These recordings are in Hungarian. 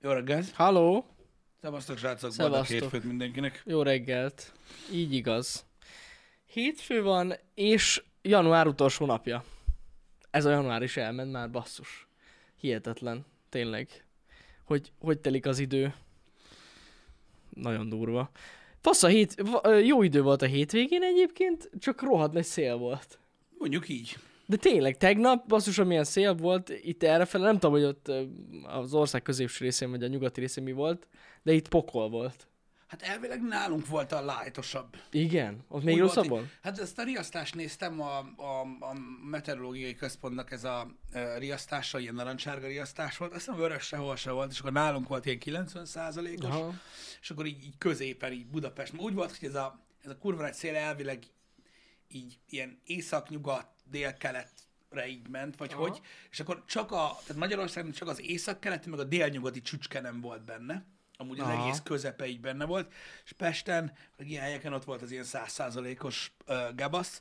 Jó reggelt! Halló! Szevasztok, srácok! Boldog Szevasztok. hétfőt mindenkinek! Jó reggelt! Így igaz. Hétfő van, és január utolsó napja. Ez a január is elment már, basszus. Hihetetlen. Tényleg. Hogy telik az idő. Nagyon durva. Fasz jó idő volt a hétvégén egyébként, csak rohadt nagy szél volt. Mondjuk így. De tényleg, tegnap, basszus, amilyen szél volt itt errefele, nem tudom, hogy ott az ország középső részén, vagy a nyugati részén mi volt, de itt pokol volt. Hát elvileg nálunk volt a lightosabb. Igen? Ott még Úgy rosszabb volt, volt? Hát ezt a riasztást néztem, a meteorológiai központnak ez a riasztása, ilyen narancsárga riasztás volt, azt hiszem vörös sehol se volt, és akkor nálunk volt ilyen 90%-os, Aha. és akkor így középen, így Budapest. Úgy volt, hogy ez a kurva nagy szél elvileg így ilyen észak-nyugat, dél-keletre így ment, vagy Aha. hogy, és akkor tehát Magyarországon csak az észak-keleti, meg a délnyugati csücske nem volt benne, amúgy az Aha. egész közepe így benne volt, és Pesten, meg ilyen helyeken ott volt az ilyen 100%-os gebasz,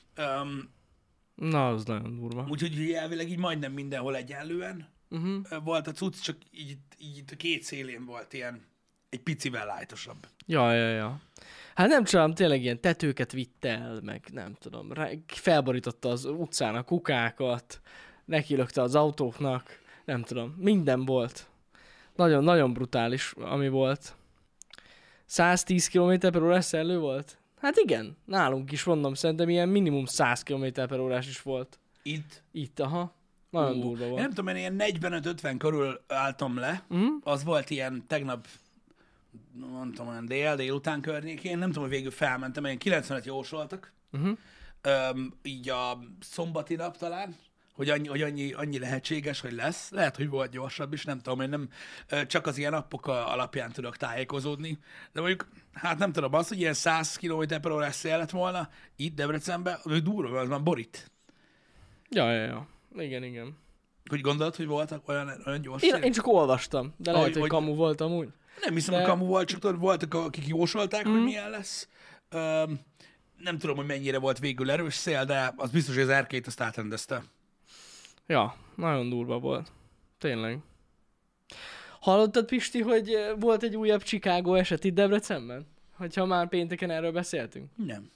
Na, az nagyon durva. úgyhogy így elvileg így majdnem mindenhol egyenlően volt a cucc, csak így itt a két szélén volt ilyen egy picivel lightosabb. Ja. Hát nem csodálom, tényleg ilyen tetőket vitt el, meg nem tudom, felborította az utcán a kukákat, nekilökte az autóknak, nem tudom, minden volt. Nagyon brutális, ami volt. 110 km/h szellő volt? Hát igen, nálunk is mondom, szerintem ilyen minimum 100 km/h is volt. Itt Itt, aha. Nagyon durva Én volt. nem tudom, én ilyen 45-50 körül álltam le, az volt ilyen tegnap, nem tudom, olyan délután környékén, nem tudom, hogy végül felmentem, ilyen 90-et jósoltak, így a szombati nap talán, hogy annyi lehetséges, hogy lesz. Lehet, hogy volt gyorsabb is, nem tudom, én nem csak az ilyen appok alapján tudok tájékozódni, de mondjuk, hát nem tudom, az, hogy ilyen 100 km/h szél lett volna itt Debrecenben, az durva, az már borít. Ja. Igen. Hogy gondolod, hogy voltak olyan gyors Én csak olvastam, de lehet, hogy hogy- kamu volt amúgy. Nem hiszem, De- hogy kamu volt, csak tudod, voltak, akik jósolták, hogy milyen lesz. Nem tudom, hogy mennyire volt végül erős szél, de az biztos, hogy az erkélyt azt átrendezte. Ja, nagyon durva volt. Tényleg. Hallottad, Pisti, hogy volt egy újabb Chicago eset itt Debrecenben? Hogyha már pénteken erről beszéltünk. Nem.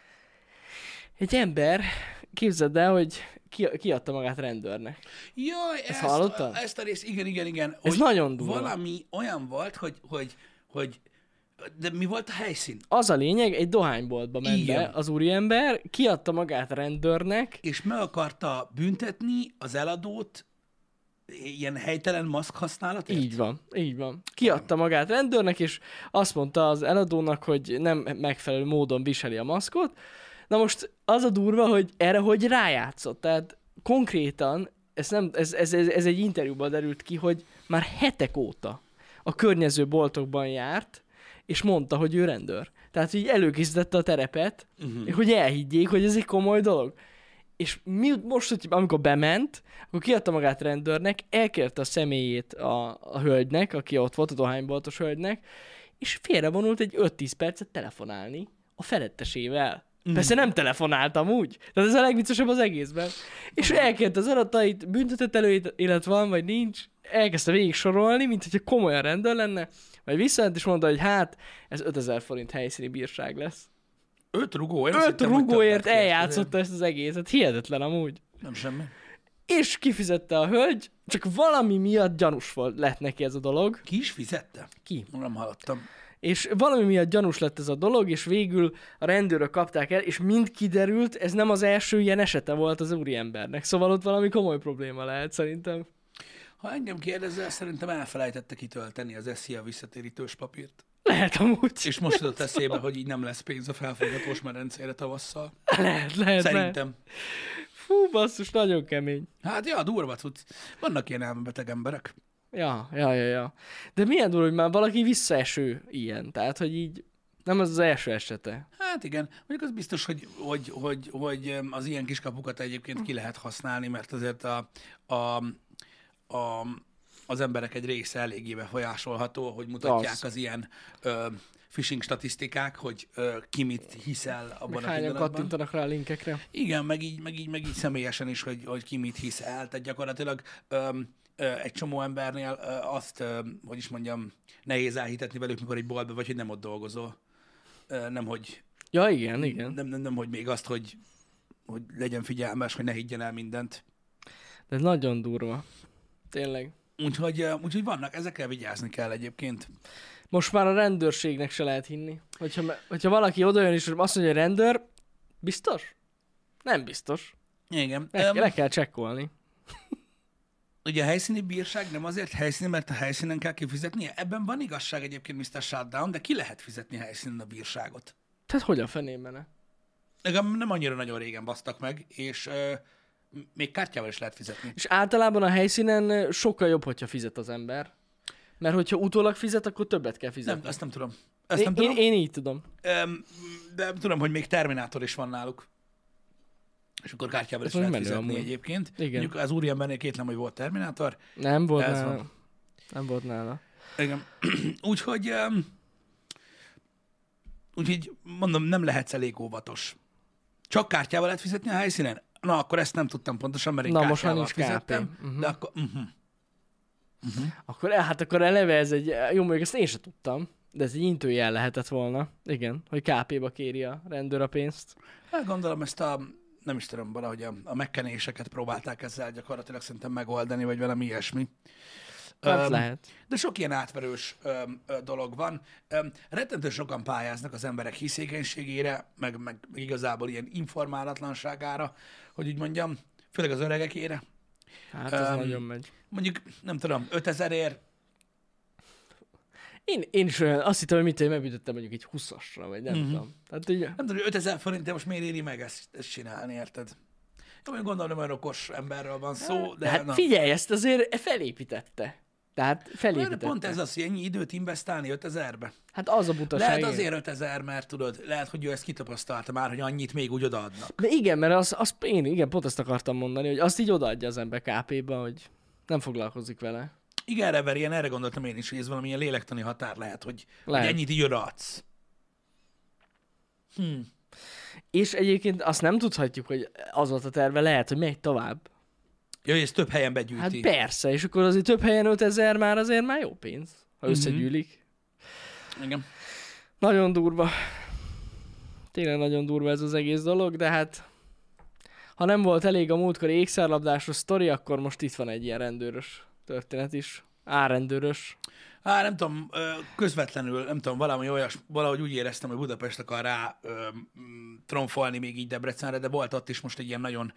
Egy ember, képzeld el, hogy kiadta magát rendőrnek. Jaj, hallottad? ezt a részt, igen. Ez Hogy nagyon durva. valami olyan volt, hogy de mi volt a helyszín? Az a lényeg, egy dohányboltba ment be Igen. az úriember, kiadta magát rendőrnek, És meg akarta büntetni az eladót ilyen helytelen maszk használatért? így van. Kiadta magát rendőrnek, és azt mondta az eladónak, hogy nem megfelelő módon viseli a maszkot. Na most az a durva, hogy erre hogy rájátszott. Tehát konkrétan, ez egy interjúban derült ki, hogy már hetek óta a környező boltokban járt, és mondta, hogy ő rendőr. Tehát így előkészítette a terepet, hogy elhiggyék, hogy ez egy komoly dolog. És most, hogy amikor bement, akkor kiadta magát rendőrnek, elkérte a személyét a hölgynek, aki ott volt, a dohányboltos hölgynek, és félrevonult egy 5-10 percet telefonálni a felettesével. Persze nem telefonáltam úgy. Tehát ez a legviccesebb az egészben. És elkérte az adatait, büntetett előélet van, vagy nincs. Elkezdte végig sorolni, mint hogyha komolyan rendőr lenne, vagy visszajött, és mondta, hogy hát, ez 5000 forint helyszíni bírság lesz. 5 rugó? Én azt 5 hittem, hogy rugóért többet kért, eljátszotta ezt az egészet. Hihetetlen amúgy. Nem semmi. És kifizette a hölgy, csak valami miatt gyanús lett neki ez a dolog. Ki is fizette? Ki? Nem hallottam. És valami miatt gyanús lett ez a dolog, és végül a rendőrök kapták el, és mind kiderült, ez nem az első ilyen esete volt az úriembernek. Szóval ott valami komoly probléma lehet szerintem. Ha engem kérdezel, szerintem elfelejtette kitölteni az SZIA visszatérítős papírt. Lehet amúgy. És most jutott eszébe, hogy így nem lesz pénz a felfogatós medencére tavasszal. Lehet. Szerintem. Fú, basszus, nagyon kemény. Hát ja, durva cucc. Vannak ilyen elmebeteg emberek. Ja. De milyen durva, hogy már valaki visszaeső ilyen. Tehát, hogy így nem az első esete. Hát igen, mondjuk az biztos, hogy az ilyen kiskapukat egyébként ki lehet használni, mert azért az emberek egy része eléggé befolyásolható, hogy mutatják Az. az ilyen phishing statisztikák, hogy ki mit hiszel abban Meg a hányan pillanatban. kattintanak rá a linkekre. Igen, meg így személyesen is, hogy ki mit hisz el. Tehát gyakorlatilag egy csomó embernél azt, hogy is mondjam, nehéz elhitetni velük, mikor egy boltban vagy, hogy nem ott dolgozol. Nem, hogy Ja, igen. nem, hogy még azt, hogy legyen figyelmes, hogy ne higgyen el mindent. De ez nagyon durva. Tényleg. Úgyhogy vannak, ezekkel vigyázni kell egyébként. Most már a rendőrségnek se lehet hinni. Hogyha valaki odajön és azt mondja, hogy rendőr, biztos? Nem biztos. Igen. Le kell csekkolni. Ugye a helyszíni bírság nem azért helyszíni, mert a helyszínen kell kifizetnie. Ebben van igazság egyébként, Mr. Shutdown, de ki lehet fizetni helyszínen a bírságot? Tehát hogy a fenében? Nekem nem annyira nagyon régen basztak meg, és még kártyával is lehet fizetni. És általában a helyszínen sokkal jobb, hogyha fizet az ember. Mert hogyha utólag fizet, akkor többet kell fizetni. Nem, ezt nem tudom. Én így tudom. De tudom, hogy még Terminátor is van náluk. És akkor kártyával is lehet fizetni egyébként. Igen. Mondjuk az úriembernél kétlem, hogy volt Terminátor. Nem volt nála. Nem volt nála. Igen. Úgyhogy mondom, nem lehetsz elég óvatos. Csak kártyával lehet fizetni a helyszínen? Na, akkor ezt nem tudtam pontosan, mert én kártyával fizettem. De akkor... Akkor eleve ez egy... Jó, mondjuk ezt én sem tudtam. De ez egy intőjel lehetett volna. Igen, hogy KP-ba kéri a rendőr a pénzt. Hát gondolom ezt nem is tudom, valahogy a megkenéseket próbálták ezzel gyakorlatilag szerintem megoldani, vagy valami ilyesmi. Hát lehet. De sok ilyen átverős dolog van. Rettentő sokan pályáznak az emberek hiszékenységére, meg igazából ilyen informálatlanságára, hogy úgy mondjam, főleg az öregekére. Hát ez nagyon megy. Mondjuk, nem tudom, 5000-ért. Én is olyan, azt hittem, hogy megbüntettem mondjuk egy 20-asra, vagy nem tudom. Tehát, ugye... Nem tudom, hogy 5000 forintért most miért éri meg ezt csinálni, érted? Én gondolom, nem olyan okos emberről van szó, de... Hát figyelj, ezt azért felépítette. Tehát felépítette. De pont ez az, hogy ennyi időt investálni 5000-be. Hát az a butaság. Lehet azért 5000, mert tudod, lehet, hogy ő ezt kitapasztalta már, hogy annyit még úgy odaadnak. De igen, mert én pont ezt akartam mondani, hogy azt így odaadja az ember KP-ba, hogy nem foglalkozik vele. Igen, Reverien, erre gondoltam én is, hogy ez valamilyen lélektani határ lehet, hogy ennyit így odaadsz. És egyébként azt nem tudhatjuk, hogy az volt a terve, lehet, hogy megy tovább. Ja, hogy ez több helyen begyűjti. Hát persze, és akkor azért több helyen 5000 azért már jó pénz, ha összegyűlik. Igen. Nagyon durva. Tényleg nagyon durva ez az egész dolog, de hát ha nem volt elég a múltkori ékszerlabdásos sztori, akkor most itt van egy ilyen rendőrös történet is. Rendőrös. Nem tudom, közvetlenül, nem tudom, valahogy úgy éreztem, hogy Budapest akar rá tromfolni még így Debrecenre, de volt ott is most egy ilyen nagyon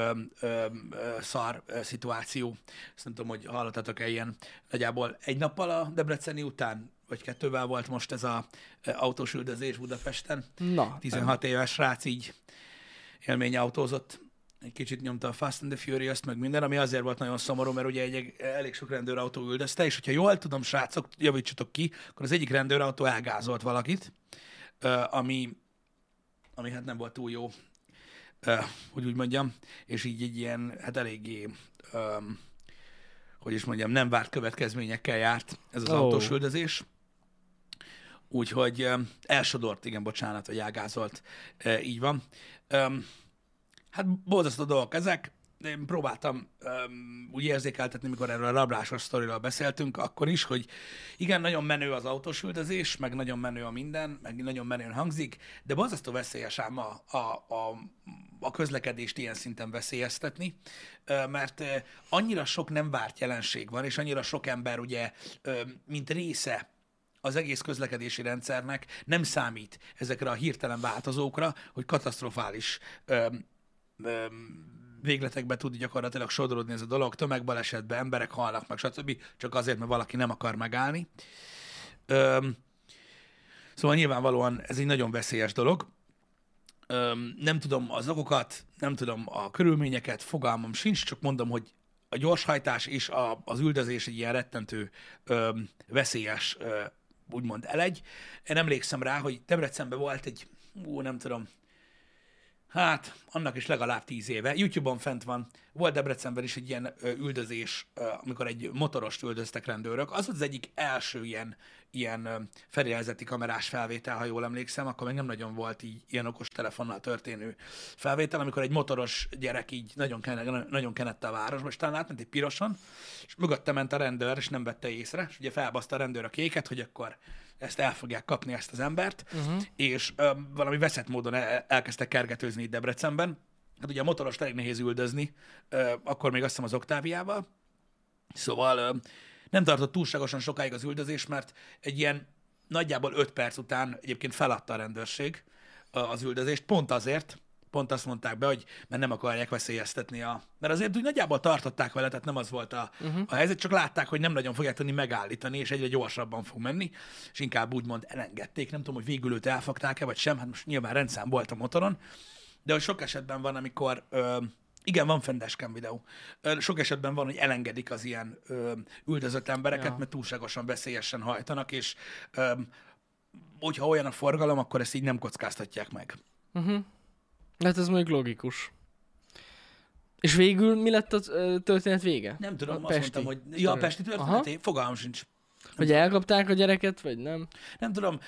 szar szituáció. Ezt nem tudom, hogy hallottatok-e ilyen nagyjából egy nappal a debreceni után, vagy 2-vel volt most ez az autós üldözés Budapesten. Na. 16 éves srác így élményautózott. Egy kicsit nyomta a Fast and the Furious-t, meg minden, ami azért volt nagyon szomorú, mert ugye elég sok rendőrautó üldözte, és hogyha jól tudom, srácok, javítsatok ki, akkor az egyik rendőrautó elgázolt valakit, ami hát nem volt túl jó, hogy úgy mondjam, és így egy ilyen, hát eléggé, hogy is mondjam, nem várt következményekkel járt ez az autós üldözés. Úgyhogy elsodort, igen, bocsánat, hogy elgázolt, így van. Hát borzasztó dolgok ezek, de én próbáltam úgy érzékeltetni, mikor erről a rablásos sztoriról beszéltünk, akkor is, hogy igen, nagyon menő az autós üldözés, meg nagyon menő a minden, meg nagyon menően hangzik, de borzasztó veszélyes ám a közlekedést ilyen szinten veszélyeztetni, mert annyira sok nem várt jelenség van, és annyira sok ember ugye, mint része az egész közlekedési rendszernek nem számít ezekre a hirtelen változókra, hogy katasztrofális végletekbe tud gyakorlatilag sodródni ez a dolog, tömegbalesetbe, emberek halnak meg, stb. Csak azért, mert valaki nem akar megállni. Szóval nyilvánvalóan ez egy nagyon veszélyes dolog. Nem tudom az okokat, nem tudom a körülményeket, fogalmam sincs, csak mondom, hogy a gyorshajtás és az üldözés egy ilyen rettentő veszélyes úgymond elegy. Én emlékszem rá, hogy Debrecenben volt egy, nem tudom, hát, annak is legalább 10 éve. YouTube-on fent van. volt Debrecenben is egy ilyen üldözés, amikor egy motorost üldöztek rendőrök. Az volt az egyik első ilyen fedélzeti kamerás felvétel, ha jól emlékszem, akkor még nem nagyon volt így ilyen okos telefonnal történő felvétel, amikor egy motoros gyerek így nagyon kenette a városba, és talán átment egy piroson, és mögötte ment a rendőr, és nem vette észre, és ugye felbaszta a rendőr a kéket, hogy akkor ezt el fogják kapni, ezt az embert, és valami veszett módon elkezdtek kergetőzni itt Debrecenben. Hát ugye a motorost elég nehéz üldözni, akkor még azt hiszem az Oktáviával. Szóval nem tartott túlságosan sokáig az üldözés, mert egy ilyen nagyjából 5 perc után egyébként feladta a rendőrség az üldözést, pont azt mondták be, hogy mert nem akarják veszélyeztetni Mert azért úgy nagyjából tartották vele, tehát nem az volt a helyzet, csak látták, hogy nem nagyon fogják tudni megállítani, és egyre gyorsabban fog menni, és inkább úgymond elengedték. Nem tudom, hogy végül őt elfogták-e, vagy sem, hát most nyilván rendszám volt a motoron, de hogy sok esetben van, amikor, igen, van fenn dashcam videó, sok esetben van, hogy elengedik az ilyen üldözött embereket, mert túlságosan veszélyesen hajtanak, és hogyha olyan a forgalom, akkor ezt így nem kockáztatják meg. Hát ez mondjuk logikus. És végül mi lett a történet vége? Nem tudom, azt mondtam, hogy... Ja, a pesti történet? Fogalmam sincs. Hogy elkapták a gyereket, vagy nem? Nem tudom.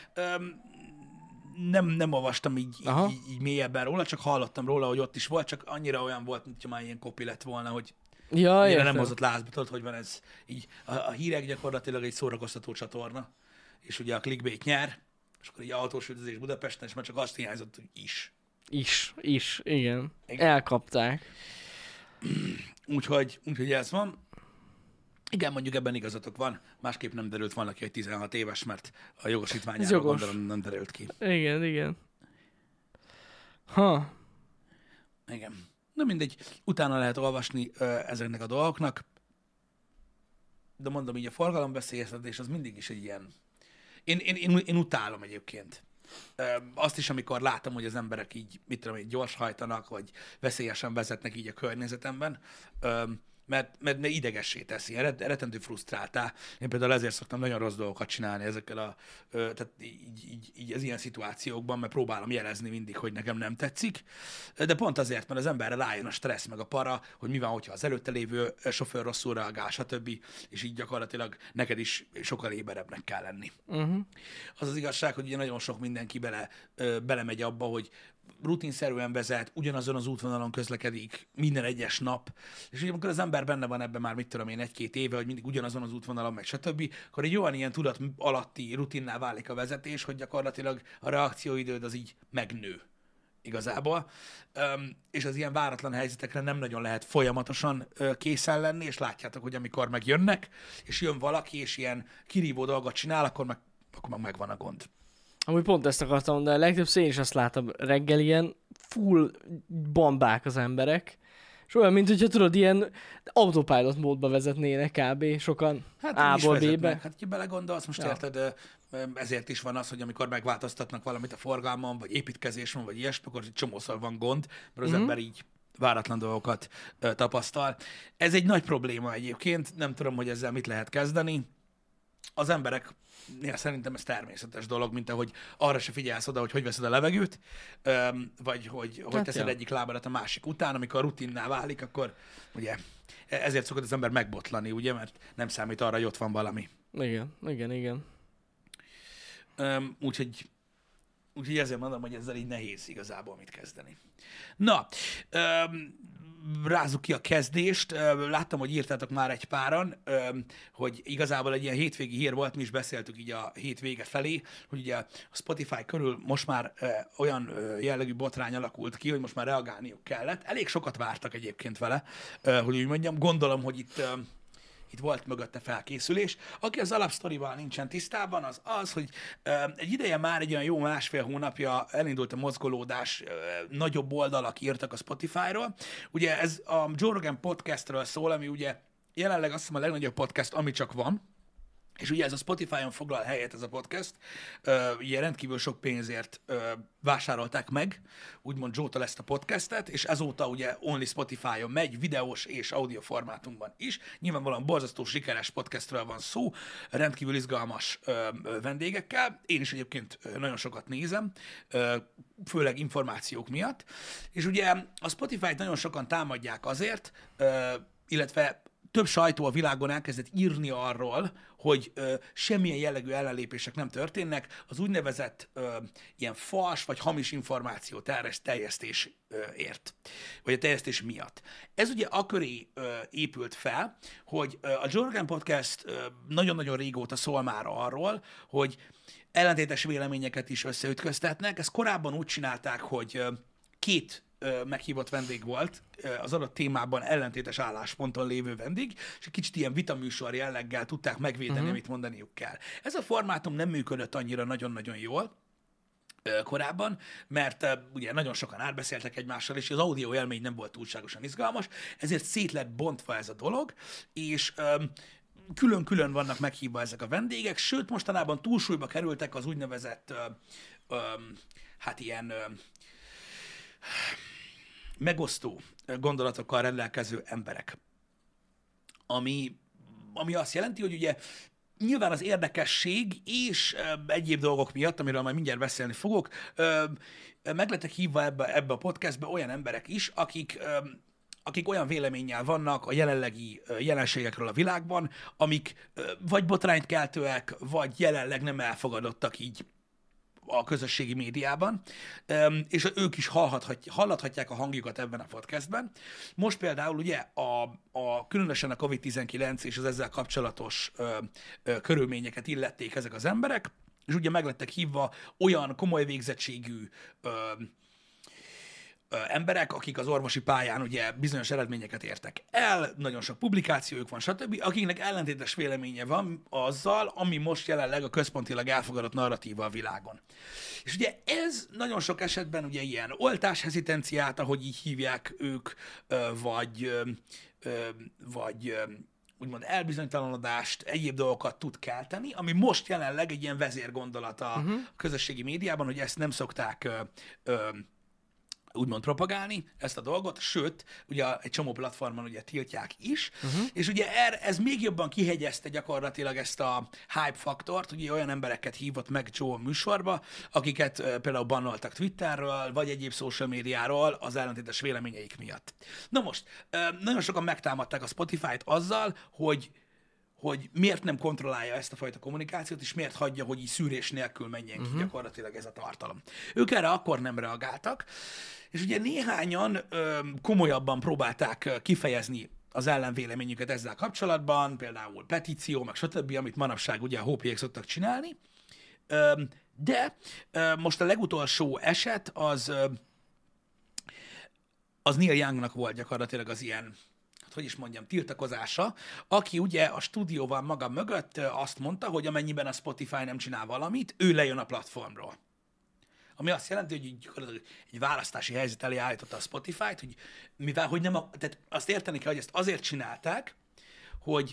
Nem olvastam így mélyebben róla, csak hallottam róla, hogy ott is volt, csak annyira olyan volt, mintha már ilyen kopi lett volna, hogy nem hozott lázba, tudod, hogy van ez. Így a hírek gyakorlatilag egy szórakoztató csatorna, és ugye a clickbait nyer, és akkor így autós üldözés Budapesten, és már csak azt hiányzott, hogy igen. Elkapták. Úgyhogy ez van. Igen, mondjuk ebben igazatok van. Másképp nem derült volna ki, hogy 16 éves, mert a jogosítványáról gondolom nem derült ki. Igen. Igen. Na mindegy, utána lehet olvasni ezeknek a dolgoknak, de mondom így, a forgalomveszélyeztetés az mindig is egy ilyen... Én utálom egyébként. Azt is, amikor látom, hogy az emberek így, mit tudom, így gyors hajtanak, vagy veszélyesen vezetnek így a környezetemben, mert idegessé teszi, rettentő frusztráltá. Én például ezért szoktam nagyon rossz dolgokat csinálni ezekkel tehát így az ilyen szituációkban, mert próbálom jelezni mindig, hogy nekem nem tetszik, de pont azért, mert az emberre rájön a stressz meg a para, hogy mi van, hogyha az előtte lévő sofőr rosszul reagál, stb., és így gyakorlatilag neked is sokkal éberebbnek kell lenni. Az az igazság, hogy ugye nagyon sok mindenki belemegy abba, hogy rutinszerűen vezet, ugyanazon az útvonalon közlekedik minden egyes nap, és ugye amikor az ember benne van ebben már, mit tudom én, 1-2 éve, hogy mindig ugyanazon az útvonalon, meg stb., akkor egy ilyen tudat alatti rutinná válik a vezetés, hogy gyakorlatilag a reakcióidőd az így megnő igazából, és az ilyen váratlan helyzetekre nem nagyon lehet folyamatosan készen lenni, és látjátok, hogy amikor megjönnek, és jön valaki, és ilyen kirívó dolgot csinál, akkor meg megvan a gond. Amúgy pont ezt akartam mondani, a legtöbbször én is azt látom reggel, ilyen full bombák az emberek, és olyan, mint hogyha tudod, ilyen autopilot módba vezetnének kb. Sokan A-ból B-be. Hát ki belegondolsz, most érted, ezért is van az, hogy amikor megváltoztatnak valamit a forgalmon, vagy építkezésen, vagy ilyesmi, akkor egy csomószor van gond, mert az ember így váratlan dolgokat tapasztal. Ez egy nagy probléma egyébként, nem tudom, hogy ezzel mit lehet kezdeni. Az emberek, szerintem ez természetes dolog, mint ahogy arra se figyelsz oda, hogy veszed a levegőt, vagy hogy teszed egyik lábadat a másik után, amikor a rutinná válik, akkor ugye ezért szokott az ember megbotlani, ugye, mert nem számít arra, hogy ott van valami. Igen. Úgyhogy ezért mondom, hogy ezzel így nehéz igazából mit kezdeni. Na, rázzuk ki a kezdést. Láttam, hogy írtátok már egy páran, hogy igazából egy ilyen hétvégi hír volt, mi is beszéltük így a hétvége felé, hogy ugye a Spotify körül most már olyan jellegű botrány alakult ki, hogy most már reagálniuk kellett. Elég sokat vártak egyébként vele, hogy úgy mondjam. Gondolom, hogy itt volt mögötte felkészülés. Aki az alapsztorival nincsen tisztában, az, hogy egy ideje már egy olyan jó 1,5 hónapja elindult a mozgolódás, nagyobb oldalak írtak a Spotify-ról. Ugye ez a Joe Rogan podcastről szól, ami ugye jelenleg azt hiszem a legnagyobb podcast, ami csak van, És ugye ez a Spotify-on foglal helyet ez a podcast, ugye rendkívül sok pénzért vásárolták meg, úgymond Joe-tól ezt a podcastet, és ezóta ugye only Spotify-on megy, videós és audio formátumban is. Nyilvánvalóan borzasztó sikeres podcastről van szó, rendkívül izgalmas vendégekkel. Én is egyébként nagyon sokat nézem, főleg információk miatt. És ugye a Spotify-t nagyon sokan támadják azért, illetve több sajtó a világon elkezdett írni arról, hogy semmilyen jellegű ellenlépések nem történnek, az úgynevezett ilyen fals vagy hamis információ terjesztésért, vagy a terjesztés miatt. Ez ugye aköré épült fel, hogy a Joe Rogan Podcast nagyon-nagyon régóta szól már arról, hogy ellentétes véleményeket is összeütköztetnek. Ezt korábban úgy csinálták, hogy két meghívott vendég volt, az adott témában ellentétes állásponton lévő vendég, és egy kicsit ilyen vitaműsor jelleggel tudták megvédeni, amit mondaniuk kell. Ez a formátum nem működött annyira nagyon-nagyon jól korábban, mert ugye nagyon sokan átbeszéltek egymással, és az audio élmény nem volt túlságosan izgalmas, ezért szét lett bontva ez a dolog, és külön-külön vannak meghívva ezek a vendégek, sőt, mostanában túlsúlyba kerültek az úgynevezett hát ilyen megosztó gondolatokkal rendelkező emberek. Ami azt jelenti, hogy ugye nyilván az érdekesség és egyéb dolgok miatt, amiről majd mindjárt beszélni fogok, meg lettek hívva ebbe a podcastbe olyan emberek is, akik olyan véleménnyel vannak a jelenlegi jelenségekről a világban, amik vagy botrányt keltőek, vagy jelenleg nem elfogadottak így a közösségi médiában, és ők is hallathatják a hangjukat ebben a podcastben. Most például ugye különösen a COVID-19 és az ezzel kapcsolatos körülményeket illették ezek az emberek, és ugye meg lettek hívva olyan komoly végzettségű emberek, akik az orvosi pályán ugye bizonyos eredményeket értek el, nagyon sok publikációjuk van, stb., akiknek ellentétes véleménye van azzal, ami most jelenleg a központilag elfogadott narratíva a világon. És ugye ez nagyon sok esetben ugye ilyen oltáshezitenciát, ahogy így hívják ők, vagy úgymond elbizonytalanodást, egyéb dolgokat tud kelteni, ami most jelenleg egy ilyen vezérgondolat a közösségi médiában, hogy ezt nem szokták úgymond propagálni ezt a dolgot, sőt, ugye egy csomó platformon ugye tiltják is, és ugye ez még jobban kihegyezte gyakorlatilag ezt a hype faktort, ugye olyan embereket hívott meg Joe műsorba, akiket például bannoltak Twitterről, vagy egyéb social médiáról az ellentétes véleményeik miatt. Na most, nagyon sokan megtámadták a Spotify-t azzal, hogy miért nem kontrollálja ezt a fajta kommunikációt, és miért hagyja, hogy így szűrés nélkül menjen ki gyakorlatilag ez a tartalom. Ők erre akkor nem reagáltak, és ugye néhányan komolyabban próbálták kifejezni az ellenvéleményüket ezzel kapcsolatban, például petíció, meg stb., amit manapság ugye a hópiek szoktak csinálni, de most a legutolsó eset az Neil Youngnak volt gyakorlatilag az ilyen, hogy is mondjam, tiltakozása, aki ugye a stúdióval maga mögött azt mondta, hogy amennyiben a Spotify nem csinál valamit, ő lejön a platformról. Ami azt jelenti, hogy gyakorlatilag egy választási helyzet elé állította a Spotify-t, hogy mivel, hogy nem, tehát azt érteni kell, hogy ezt azért csinálták, hogy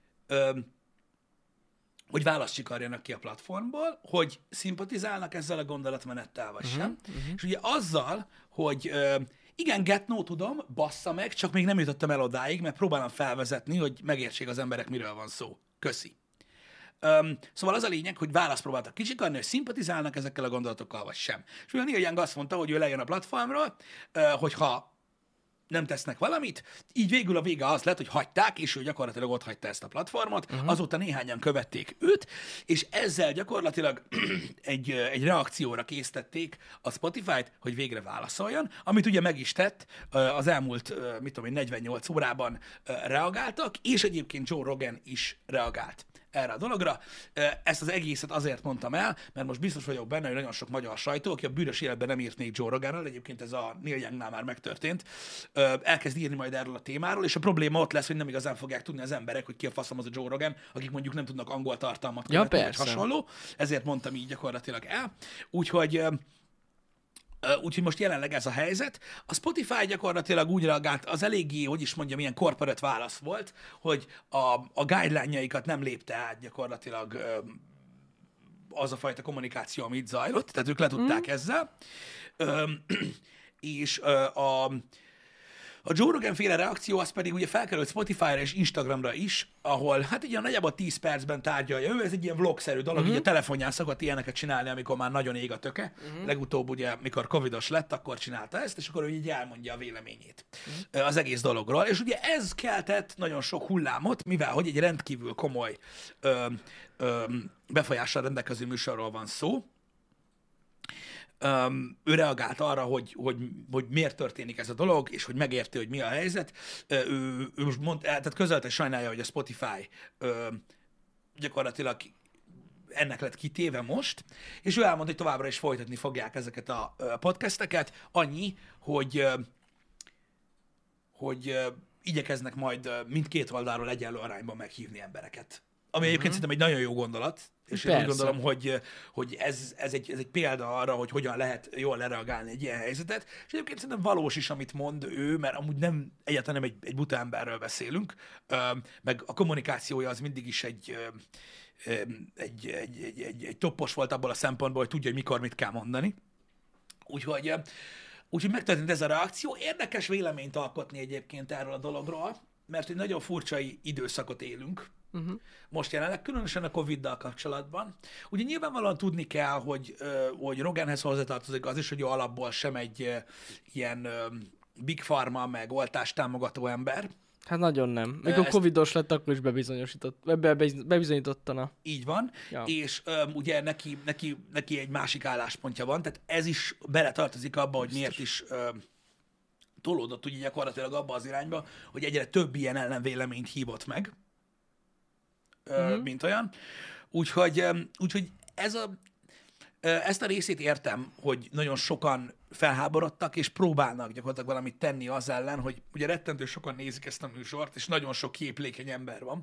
választ csikarjanak ki a platformból, hogy szimpatizálnak ezzel a gondolatmenettel, vagy sem. És ugye azzal, hogy igen, get no, tudom, bassza meg, csak még nem jutottam el odáig, mert próbálom felvezetni, hogy megértsék az emberek, miről van szó. Köszi. Szóval az a lényeg, hogy választ próbáltak kicsikarni, hogy szimpatizálnak ezekkel a gondolatokkal, vagy sem. És ugye Neil Young azt mondta, hogy ő lejön a platformról, hogyha nem tesznek valamit, így végül a vége az lett, hogy hagyták, és ő gyakorlatilag ott hagyta ezt a platformot, azóta néhányan követték őt, és ezzel gyakorlatilag egy reakcióra késztették a Spotify-t, hogy végre válaszoljon, amit ugye meg is tett, az elmúlt, 48 órában reagáltak, és egyébként Joe Rogan is reagált erre a dologra. Ezt az egészet azért mondtam el, mert most biztos vagyok benne, hogy nagyon sok magyar sajtó, aki a bűnös életben nem írt még Joe Roganról, egyébként ez a Neil Youngnál már megtörtént, elkezd írni majd erről a témáról, és a probléma ott lesz, hogy nem igazán fogják tudni az emberek, hogy ki a faszom az a Joe Rogan, akik mondjuk nem tudnak angol tartalmat követni, vagy hasonló. Ezért mondtam így gyakorlatilag el. Úgyhogy Úgyhogy most jelenleg ez a helyzet. A Spotify gyakorlatilag úgy reagált, az eléggé, hogy is mondjam, ilyen corporate válasz volt, hogy a guideline-jaikat nem lépte át gyakorlatilag az a fajta kommunikáció, amit zajlott, tehát ők letudták ezzel. És a Joe Rogan féle reakció az pedig ugye felkerült Spotify-ra és Instagramra is, ahol hát ugye nagyjából 10 percben tárgyalja ő, ez egy ilyen vlogszerű dolog, így a telefonján szokott ilyeneket csinálni, amikor már nagyon ég a töke. Legutóbb ugye, mikor covidos lett, akkor csinálta ezt, és akkor ő így elmondja a véleményét az egész dologról. És ugye ez keltett nagyon sok hullámot, mivel hogy egy rendkívül komoly befolyással rendelkező műsorról van szó. Ő reagált arra, hogy miért történik ez a dolog, és hogy megérti, hogy mi a helyzet. Ő most tehát közölte, sajnálja, hogy a Spotify gyakorlatilag ennek lett kitéve most, és ő elmondta, hogy továbbra is folytatni fogják ezeket a podcasteket, annyi, hogy igyekeznek majd mindkét oldalról egyenlő arányban meghívni embereket. Ami egyébként szerintem egy nagyon jó gondolat, és én úgy gondolom, hogy ez egy példa arra, hogy hogyan lehet jól lereagálni egy ilyen helyzetet, és egyébként szerintem valós is, amit mond ő, mert amúgy egyáltalán nem egy buta emberről beszélünk, meg a kommunikációja az mindig is egy toppos volt abból a szempontból, hogy tudja, hogy mikor mit kell mondani. Úgyhogy megtörtént ez a reakció. Érdekes véleményt alkotni egyébként erről a dologról, mert egy nagyon furcsa időszakot élünk. Most jelenleg, különösen a Covid-dal kapcsolatban. Ugye nyilvánvalóan tudni kell, hogy Roganhez hozzátartozik az is, hogy ő alapból sem egy ilyen big pharma, meg oltást támogató ember. Hát nagyon nem. Mikor covidos lett, akkor is bebizonyította. Na. Így van, ja. És ugye neki egy másik álláspontja van, tehát ez is beletartozik abba, hogy miért is tolódott ugye gyakorlatilag abba az irányba, hogy egyre több ilyen ellenvéleményt hívott meg, mint olyan. Úgyhogy ezt a részét értem, hogy nagyon sokan felháborodtak, és próbálnak gyakorlatilag valamit tenni az ellen, hogy ugye rettentő sokan nézik ezt a műsort, és nagyon sok képlékeny ember van,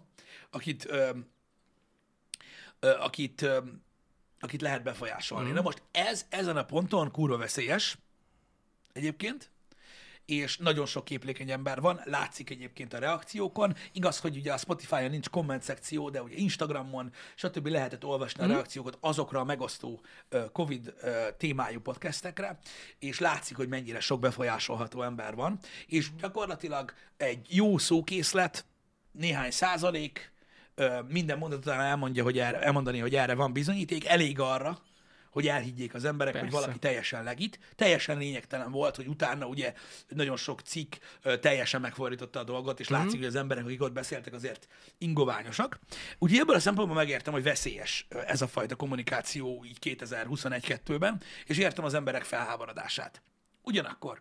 akit lehet befolyásolni. Na most ezen a ponton kurva veszélyes egyébként, és nagyon sok képlékeny ember van, látszik egyébként a reakciókon. Igaz, hogy ugye a Spotify-on nincs komment szekció, de ugye Instagramon, stb. Lehetett olvasni a reakciókat azokra a megosztó Covid témájú podcastekre, és látszik, hogy mennyire sok befolyásolható ember van, és gyakorlatilag egy jó szókészlet, néhány százalék, minden mondat után elmondani, hogy erre van bizonyíték, elég arra, hogy elhiggyék az emberek, persze, hogy valaki teljesen legit. Teljesen lényegtelen volt, hogy utána ugye nagyon sok cikk teljesen megfordította a dolgot, és látszik, hogy az emberek, akik ott beszéltek, azért ingoványosak. Úgyhogy ebből a szempontból megértem, hogy veszélyes ez a fajta kommunikáció így 2021-2-ben, és értem az emberek felháborodását. Ugyanakkor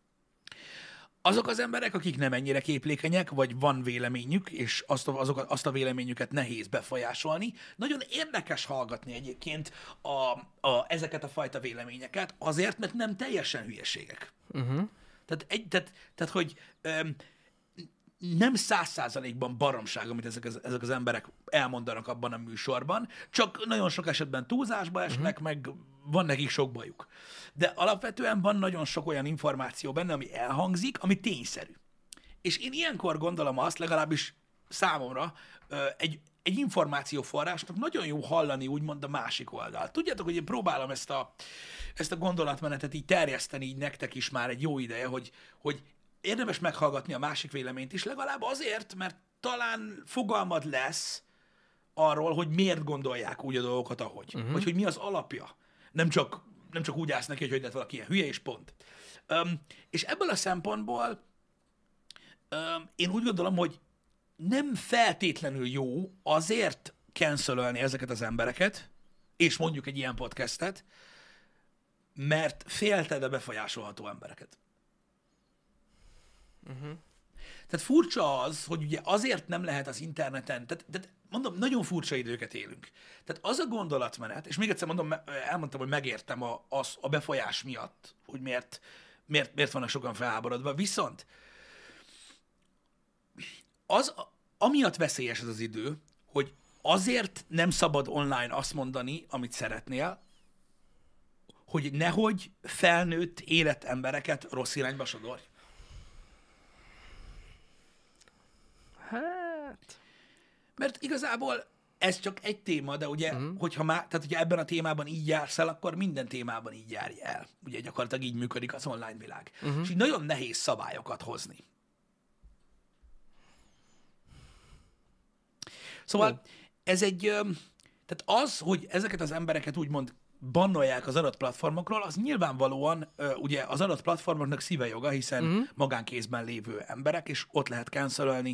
azok az emberek, akik nem ennyire képlékenyek, vagy van véleményük, és azt a véleményüket nehéz befolyásolni, nagyon érdekes hallgatni egyébként ezeket a fajta véleményeket, azért, mert nem teljesen hülyeségek. Tehát hogy nem 100%-ban baromság, amit ezek az emberek elmondanak abban a műsorban, csak nagyon sok esetben túlzásba esnek, meg van nekik sok bajuk. De alapvetően van nagyon sok olyan információ benne, ami elhangzik, ami tényszerű. És én ilyenkor gondolom azt, legalábbis számomra, egy információforrásnak nagyon jó hallani úgymond a másik oldalt. Tudjátok, hogy én próbálom ezt a gondolatmenetet így terjeszteni így nektek is már egy jó ideje, hogy érdemes meghallgatni a másik véleményt is, legalább azért, mert talán fogalmad lesz arról, hogy miért gondolják úgy a dolgokat, ahogy. Vagy hogy mi az alapja. Nem csak úgy állsz neki, hogy lehet valaki ilyen hülye, és pont. És ebből a szempontból én úgy gondolom, hogy nem feltétlenül jó azért cancelölni ezeket az embereket, és mondjuk egy ilyen podcastet, mert félted a befolyásolható embereket. Tehát furcsa az, hogy ugye azért nem lehet az interneten, tehát mondom, nagyon furcsa időket élünk. Tehát az a gondolatmenet, és még egyszer mondom, elmondtam, hogy megértem a befolyás miatt, hogy miért vannak sokan felháborodva, viszont amiatt veszélyes ez az idő, hogy azért nem szabad online azt mondani, amit szeretnél, hogy nehogy felnőtt, érett embereket rossz irányba sodorj. Hát... Mert igazából ez csak egy téma, de ugye, tehát hogyha ebben a témában így jársz el, akkor minden témában így járj el. Ugye gyakorlatilag így működik az online világ. És így nagyon nehéz szabályokat hozni. Szóval ez egy, tehát az, hogy ezeket az embereket úgymond bannolják az adott platformokról, az nyilvánvalóan ugye az adott platformoknak szíve joga, hiszen magánkézben lévő emberek, és ott lehet cancelölni,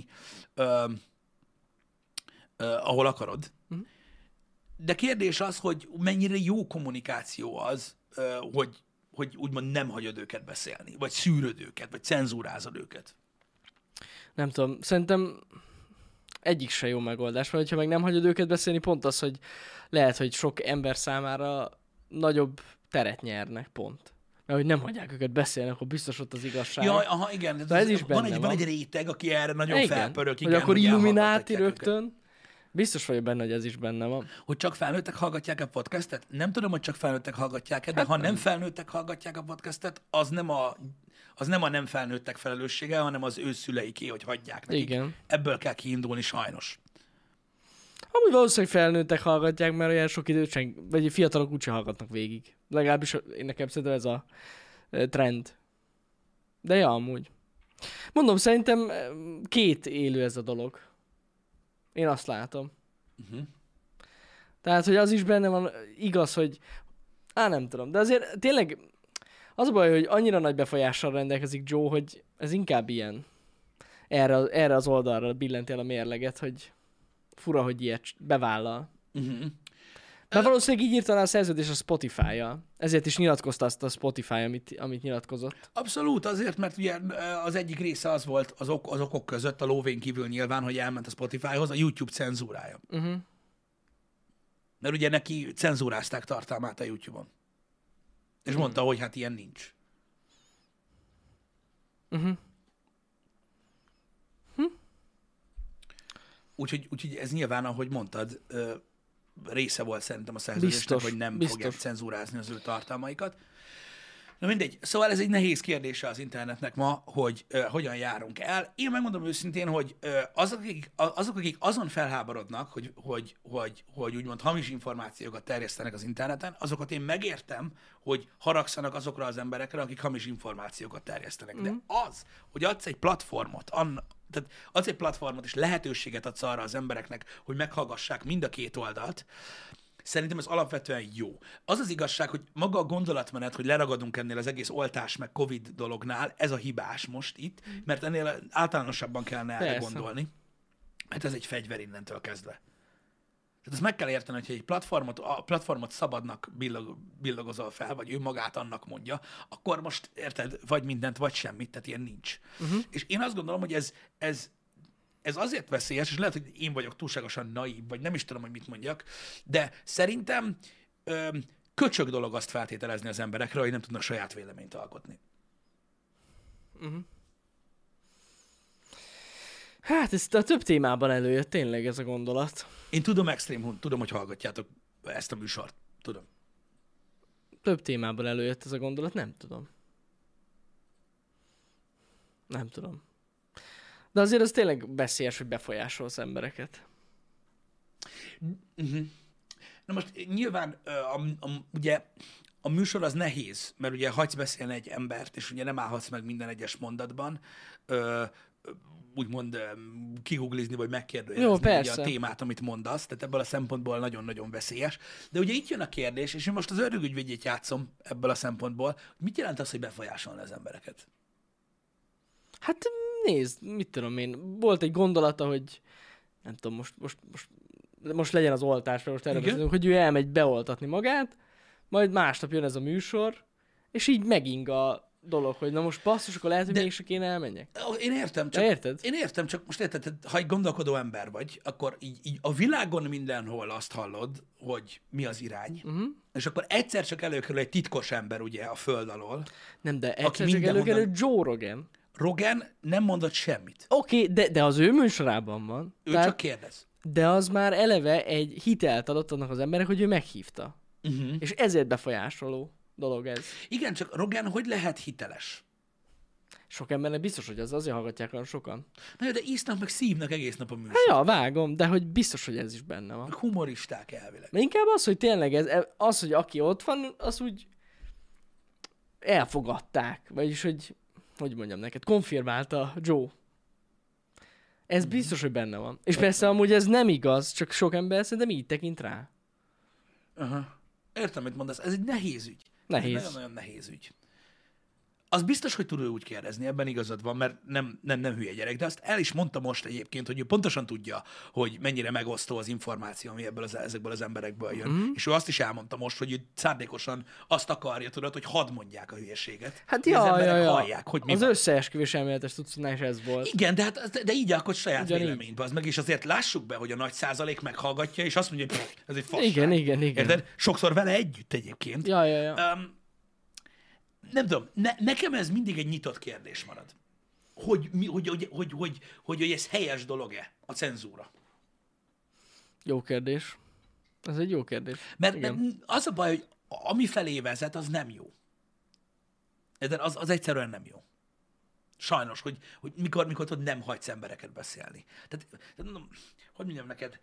ahol akarod. De kérdés az, hogy mennyire jó kommunikáció az, hogy úgymond nem hagyod őket beszélni, vagy szűröd őket, vagy cenzúrázod őket. Nem tudom, szerintem egyik se jó megoldás, vagy ha meg nem hagyod őket beszélni, pont az, hogy lehet, hogy sok ember számára nagyobb teret nyernek, pont. Mert hogy nem hagyják őket beszélni, akkor biztos ott az igazság. Jaj, aha, igen. De ez is benne van egy réteg, aki erre nagyon felpörög. Hogy akkor Illumináti rögtön. Biztos vagyok benne, hogy ez is benne van. Hogy csak felnőttek hallgatják a podcastet? Nem tudom, hogy csak felnőttek hallgatják-e, de ha nem felnőttek hallgatják a podcastet, az nem a nem felnőttek felelőssége, hanem az ő szüleiké, hogy hagyják nekik. Igen. Ebből kell kiindulni sajnos. Amúgy valószínűleg felnőttek hallgatják, mert olyan sok időt vagy fiatalok úgyse hallgatnak végig. Legalábbis én nekem szerintem ez a trend. De ja, amúgy. Mondom, szerintem két élő ez a dolog. Én azt látom. Tehát, hogy az is benne van, igaz, hogy nem tudom, de azért tényleg az a baj, hogy annyira nagy befolyással rendelkezik Joe, hogy ez inkább ilyen erre az oldalra billenti el a mérleget, hogy fura, hogy ilyet bevállal. Mert valószínűleg így írta a szerződés a Spotify-jal. Ezért is nyilatkozta azt a Spotify, amit nyilatkozott. Abszolút, azért, mert ugye az egyik része az volt az okok között, a lóvén kívül nyilván, hogy elment a Spotifyhoz, a YouTube cenzúrája. Mert ugye neki cenzúrázták tartalmát a YouTube-on. És mondta, hogy hát ilyen nincs. Úgyhogy ez nyilván, ahogy mondtad, része volt szerintem a szerződésnek, hogy nem fogják cenzúrázni az ő tartalmaikat. Na mindegy. Szóval ez egy nehéz kérdése az internetnek ma, hogy hogyan járunk el. Én megmondom őszintén, hogy azok, akik azon felháborodnak, hogy úgymond hamis információkat terjesztenek az interneten, azokat én megértem, hogy haragszanak azokra az emberekre, akik hamis információkat terjesztenek. De az, hogy adsz egy platformot, tehát adsz egy platformot és lehetőséget adsz arra az embereknek, hogy meghallgassák mind a két oldalt, szerintem ez alapvetően jó. Az az igazság, hogy maga a gondolatmenet, hogy leragadunk ennél az egész oltás meg Covid dolognál, ez a hibás most itt, mert ennél általánosabban kellene erre gondolni. Mert ez egy fegyver innentől kezdve. Tehát ezt meg kell érteni, hogyha egy platformot szabadnak billagozol fel, vagy ő magát annak mondja, akkor most érted, vagy mindent, vagy semmit, tehát ilyen nincs. És én azt gondolom, hogy ez azért veszélyes, és lehet, hogy én vagyok túlságosan naív, vagy nem is tudom, hogy mit mondjak, de szerintem köcsög dolog azt feltételezni az emberekre, hogy nem tudnak saját véleményt alkotni. Hát ez a több témában előjött tényleg ez a gondolat. Én tudom, Extreme Hunt, tudom, hogy hallgatjátok ezt a műsort. Tudom. Több témában előjött ez a gondolat, nem tudom. Nem tudom. De azért az tényleg veszélyes, hogy befolyásolsz embereket. Na most nyilván ugye a műsor az nehéz, mert ugye hagysz beszélni egy embert, és ugye nem állhatsz meg minden egyes mondatban, úgymond kiguglizni, vagy megkérdőjelezni a témát, amit mondasz, tehát ebből a szempontból nagyon-nagyon veszélyes. De ugye itt jön a kérdés, és én most az ördögügyvédjét játszom ebből a szempontból, hogy mit jelent az, hogy befolyásolni az embereket? Hát nézd, mit tudom én, volt egy gondolata, hogy nem tudom, most legyen az oltás, mert most erre beszélünk, hogy ő elmegy beoltatni magát, majd másnap jön ez a műsor, és így meging a dolog, hogy na most basszus, akkor lehet, hogy mégse kéne elmenjek. Én értem, csak most érted, ha egy gondolkodó ember vagy, akkor így a világon mindenhol azt hallod, hogy mi az irány, és akkor egyszer csak előkerül egy titkos ember ugye a föld alól. Nem, de egyszer csak előkerül Joe Rogan. Rogan nem mondott semmit. Oké, de az ő műsorában van. Ő csak kérdez. De az már eleve egy hitelt adott annak az emberek, hogy ő meghívta. És ezért befolyásoló. dolog ez. Igen, csak Rogan hogy lehet hiteles? Sok embernek biztos, hogy az azért hallgatják olyan sokan. Na jó, de íznak meg szívnak egész nap a műsor. Hát ja, vágom, de hogy biztos, hogy ez is benne van. Meg humoristák elvileg. Mert inkább az, hogy tényleg az, hogy aki ott van, az úgy elfogadták. Vagyis, hogy mondjam neked, konfirmálta Joe. Ez biztos, hogy benne van. És persze amúgy ez nem igaz, csak sok ember szerintem így tekint rá. Aha. Értem, mit mondasz. Ez egy nehéz ügy. Nehéz. Ez egy nagyon-nagyon nehéz ügy. Az biztos, hogy tud ő úgy kérdezni, ebben igazad van, mert nem hülye gyerek, de azt el is mondta most egyébként, hogy ő pontosan tudja, hogy mennyire megosztó az információ, ami ezekből az emberekből jön. És ő azt is elmondta most, hogy ő szándékosan azt akarja, tudod, hogy hadd mondják a hülyeséget. Hát hogy az ja, emberek ja. hallják, hogy mi az van. összeesküvés elméletes tudszónál is ez volt. Igen, de így alkot saját Ugyanígy. véleményt, az meg, és azért lássuk be, hogy a nagy százalék meghallgatja, és azt mondja, hogy ez egy fasság. Igen. Érted? Sokszor vele együtt egyébként. Ja. Nem tudom, nekem ez mindig egy nyitott kérdés marad. Hogy ez helyes dolog-e, a cenzúra. Jó kérdés. Ez egy jó kérdés. Mert az a baj, hogy ami felé vezet, az nem jó. De az egyszerűen nem jó. Sajnos, hogy mikor tudod, nem hagysz embereket beszélni. Tehát hogy mondjam neked,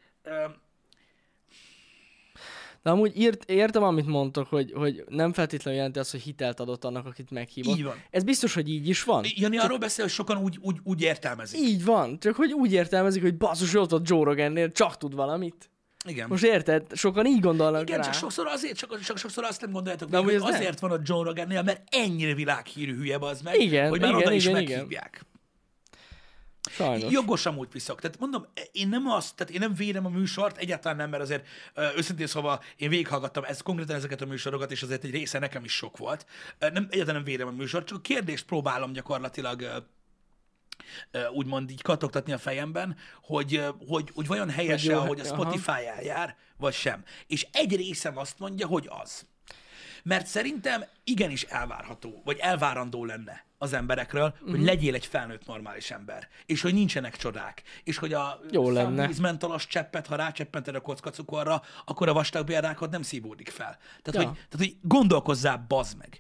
De amúgy értem, amit mondtok, hogy nem feltétlenül jelenti azt, hogy hitelt adott annak, akit meghívott. Így van. Ez biztos, hogy így is van. Jani arról beszél, hogy sokan úgy értelmezik. Így van, csak hogy úgy értelmezik, hogy basszus, ott volt Joe Rogannél, csak tud valamit. Igen. Most érted? Sokan így gondolnak Igen, rá. csak sokszor azt nem gondoljátok, De hogy ez azért van a Joe Rogannél, mert ennyire világhírű hülye az meg, Igen, hogy már oda is igen. meghívják. Sajnos. Jogos amúgy viszok. Tehát mondom, én nem védem a műsort, egyáltalán nem, mert azért őszintén szóval én végighallgattam konkrétan ezeket a műsorokat, és azért egy része nekem is sok volt. Egyáltalán nem védem a műsort, csak a kérdést próbálom gyakorlatilag úgymond így kattogtatni a fejemben, hogy vajon helyes-e, ahogy a Spotify eljár, vagy sem. És egy részem azt mondja, hogy az. Mert szerintem igenis elvárható, vagy elvárandó lenne az emberekről, hogy legyél egy felnőtt normális ember. És hogy nincsenek csodák. És hogy a vízmentalos cseppet, ha rácseppented a kockacukorra, akkor a vastagbélrákod nem szívódik fel. Tehát, hogy gondolkozzál, bazd meg.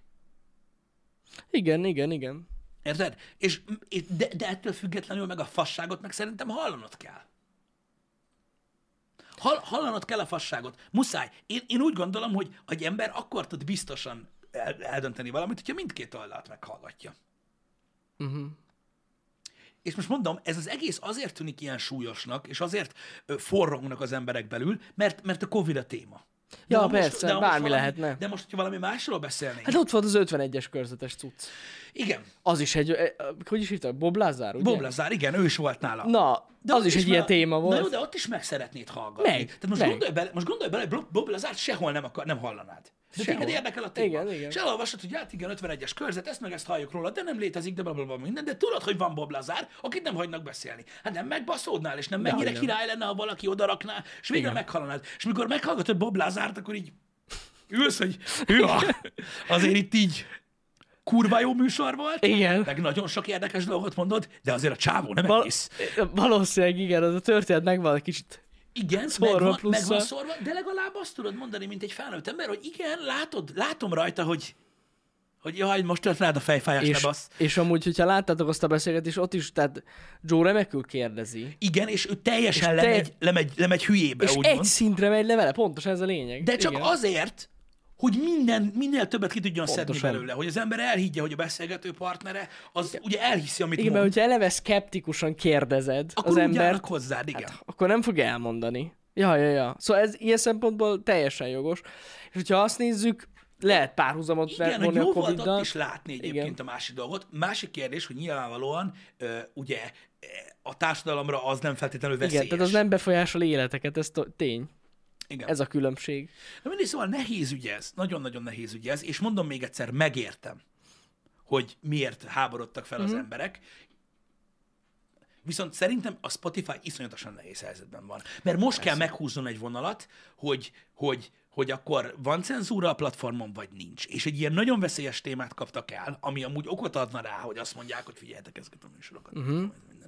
Igen. Érted? De ettől függetlenül meg a fasságot meg szerintem hallanod kell. Hallanod kell a fasságot. Muszáj. Én úgy gondolom, hogy egy ember akkor tud biztosan eldönteni valamit, hogyha mindkét oldalt meghallgatja. És most mondom, ez az egész azért tűnik ilyen súlyosnak, és azért forrongnak az emberek belül, mert a Covid a téma. Ja, persze, bármi lehetne. De most, hogyha valami másról beszélnénk. Hát ott volt az 51-es körzetes cucc. Igen. Az is hogy is hívta? Bob Lazar, ugye? Bob Lazar, igen, ő is volt nála. Na, de az is egy ilyen téma volt. Na jó, de ott is meg szeretnéd hallgatni. Tehát most gondolj bele, Bob Lazart sehol nem hallanád. De téged érdekel a téma. Igen. És elolvasod, hogy hát igen, 51-es körzet, ezt meg ezt halljuk róla, de nem létezik, de blablabla minden, de tudod, hogy van Bob Lazar, akit nem hagynak beszélni. Hát nem megbaszódnál, és nem mennyire király lenne, ha valaki odarakná, és végre meghallanád. És mikor meghallgatod Bob Lazart, akkor így ülsz, hogy azért itt így kurva jó műsor volt, igen. Meg nagyon sok érdekes dolgot mondod, de azért a csávó nem egész. Valószínűleg igen, az a történet megvan egy kicsit. Igen, megvan szorva, de legalább azt tudod mondani, mint egy felnőtt ember, hogy igen, látom rajta, hogy jaj, most tört rád a fejfájás, ne bassz. És amúgy, hogyha láttátok azt a beszélgetést, ott is, tehát Joe remekül kérdezi. Igen, és ő teljesen lemegy hülyébe, és úgymond. egy szintre megy le vele, pontosan ez a lényeg. De csak igen. azért, hogy minél többet ki tudjon szedni belőle, hogy az ember elhiggye, hogy a beszélgető partnere, az ugye elhiszi, amit igen, mond. mert hogyha eleve szkeptikusan kérdezed akkor az embert, hozzád, igen. Hát, akkor nem fog elmondani. Ja. Szóval ez ilyen szempontból teljesen jogos. És hogyha azt nézzük, lehet párhuzamot vonni a Covid-dal. Igen, hogy jó volt ott is látni egyébként a másik dolgot. Másik kérdés, hogy nyilvánvalóan ugye a társadalomra az nem feltétlenül veszélyes. Igen, tehát az nem befolyásol életeket, ez tény. Igen. Ez a különbség. Na mindig, szóval nehéz ügy ez, nagyon-nagyon nehéz ügy ez, és mondom még egyszer, megértem, hogy miért háborodtak fel az emberek, viszont szerintem a Spotify iszonyatosan nehéz helyzetben van. Mert most kell meghúzzon egy vonalat, hogy akkor van cenzúra a platformon, vagy nincs. És egy ilyen nagyon veszélyes témát kaptak el, ami amúgy okot adna rá, hogy azt mondják, hogy figyeljetek ezeket a műsorokat. Minden.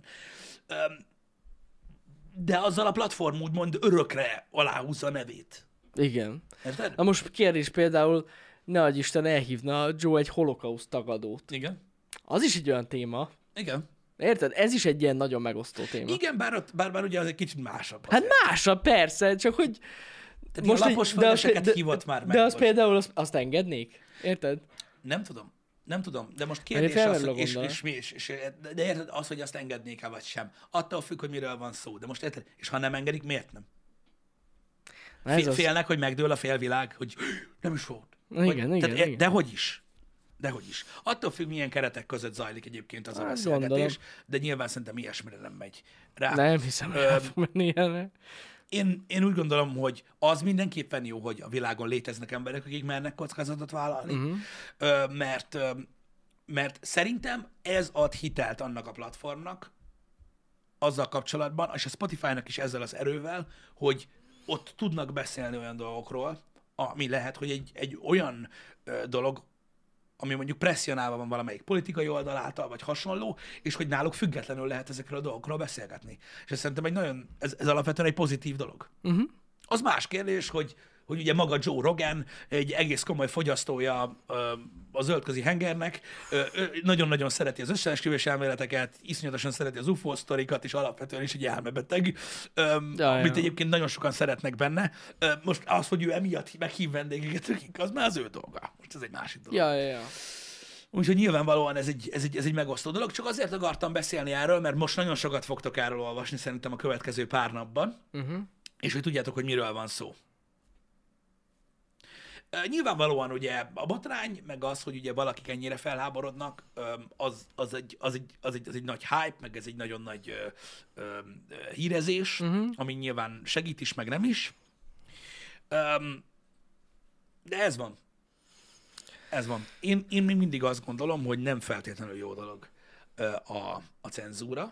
De azzal a platform úgymond örökre aláhúzza a nevét. Igen. Érted? Na most kérdés például, ne adj Isten elhívna Joe egy holokauszt tagadót. Igen. Az is egy olyan téma. Igen. Érted? Ez is egy ilyen nagyon megosztó téma. Igen, bár ugye az egy kicsit másabb. Hát másabb, persze, csak hogy... Tehát most a lapos földeseket hívott már meg. De azt például azt engednék? Érted? Nem tudom, de most kérdés az, hogy de érted, az, hogy azt engednék-e vagy sem. Attól függ, hogy miről van szó. De most érted, és ha nem engedik, miért nem? Félnek, hogy megdől a félvilág, hogy nem is volt. Igen. Dehogy is. Attól függ, milyen keretek között zajlik egyébként az a beszélgetés, de nyilván szerintem ilyesmire nem megy rá. Nem hiszem, hogy el fog menni ilyenre. Én úgy gondolom, hogy az mindenképpen jó, hogy a világon léteznek emberek, akik mernek kockázatot vállalni, mert szerintem ez ad hitelt annak a platformnak azzal kapcsolatban, és a Spotify-nak is ezzel az erővel, hogy ott tudnak beszélni olyan dolgokról, ami lehet, hogy egy olyan dolog, ami mondjuk presszionálva van valamelyik politikai oldal által, vagy hasonló, és hogy náluk függetlenül lehet ezekről a dolgokról beszélgetni. És ez szerintem ez alapvetően egy pozitív dolog. Az más kérdés, hogy ugye maga Joe Rogan egy egész komoly fogyasztója a zöldközi hengernek, nagyon-nagyon szereti az összeesküvés elméleteket, iszonyatosan szereti az UFO sztorikat, és alapvetően is egy elmebeteg, amit egyébként nagyon sokan szeretnek benne. Most az, hogy ő emiatt meghív vendégeket, az már az ő dolga. Most ez egy másik dolog. Ja. Úgyhogy nyilvánvalóan ez egy megosztó dolog, csak azért akartam beszélni erről, mert most nagyon sokat fogtok erről olvasni szerintem a következő pár napban, és hogy tudjátok, hogy miről van szó. Nyilvánvalóan ugye a botrány, meg az, hogy ugye valakik ennyire felháborodnak, az egy nagy hype, meg ez egy nagyon nagy hírezés, ami nyilván segít is, meg nem is. De ez van. Én még mindig azt gondolom, hogy nem feltétlenül jó dolog a cenzúra.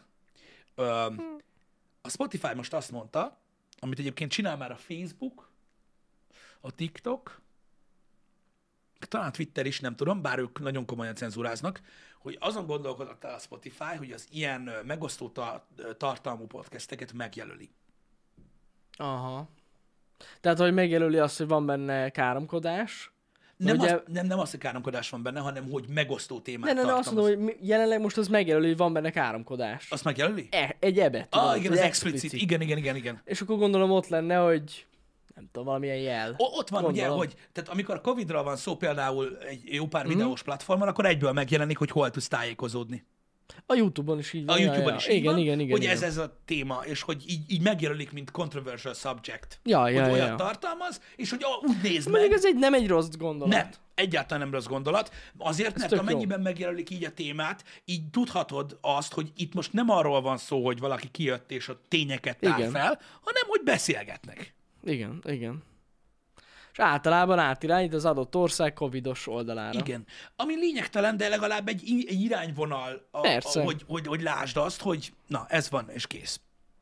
A Spotify most azt mondta, amit egyébként csinál már a Facebook, a TikTok, talán Twitter is, nem tudom, bár ők nagyon komolyan cenzúráznak, hogy azon gondolkodott el a Spotify, hogy az ilyen megosztó tartalmú podcasteket megjelöli. Aha. Tehát, hogy megjelöli azt, hogy van benne káromkodás. Nem az, hogy káromkodás van benne, hanem hogy megosztó témát tartalmaz. Nem, azt mondom, hogy jelenleg most az megjelöli, hogy van benne káromkodás. Azt megjelöli? Egy ebet. Igen, az explicit. Igen. És akkor gondolom ott lenne, hogy nem tudom, valamilyen jel. Ott van ugye, hogy tehát amikor a Covid-ról van szó például egy jó pár videós platformon, akkor egyből megjelenik, hogy hol tudsz tájékozódni. A YouTube-on is így van. A YouTube-on is így van, igen, hogy ez a téma, és hogy így megjelölik, mint controversial subject. Hogy olyat tartalmaz, és hogy úgy nézd meg. Mondjuk ez nem egy rossz gondolat. Nem, egyáltalán nem rossz gondolat. Azért, mert amennyiben megjelölik így a témát, így tudhatod azt, hogy itt most nem arról van szó, hogy valaki kijött és a tényeket tár fel, hanem hogy beszélgetnek. Igen. És általában átirányít az adott ország covidos oldalára. Igen. Ami lényegtelen, de legalább egy irányvonal, hogy lásd azt, hogy na, ez van, és kész.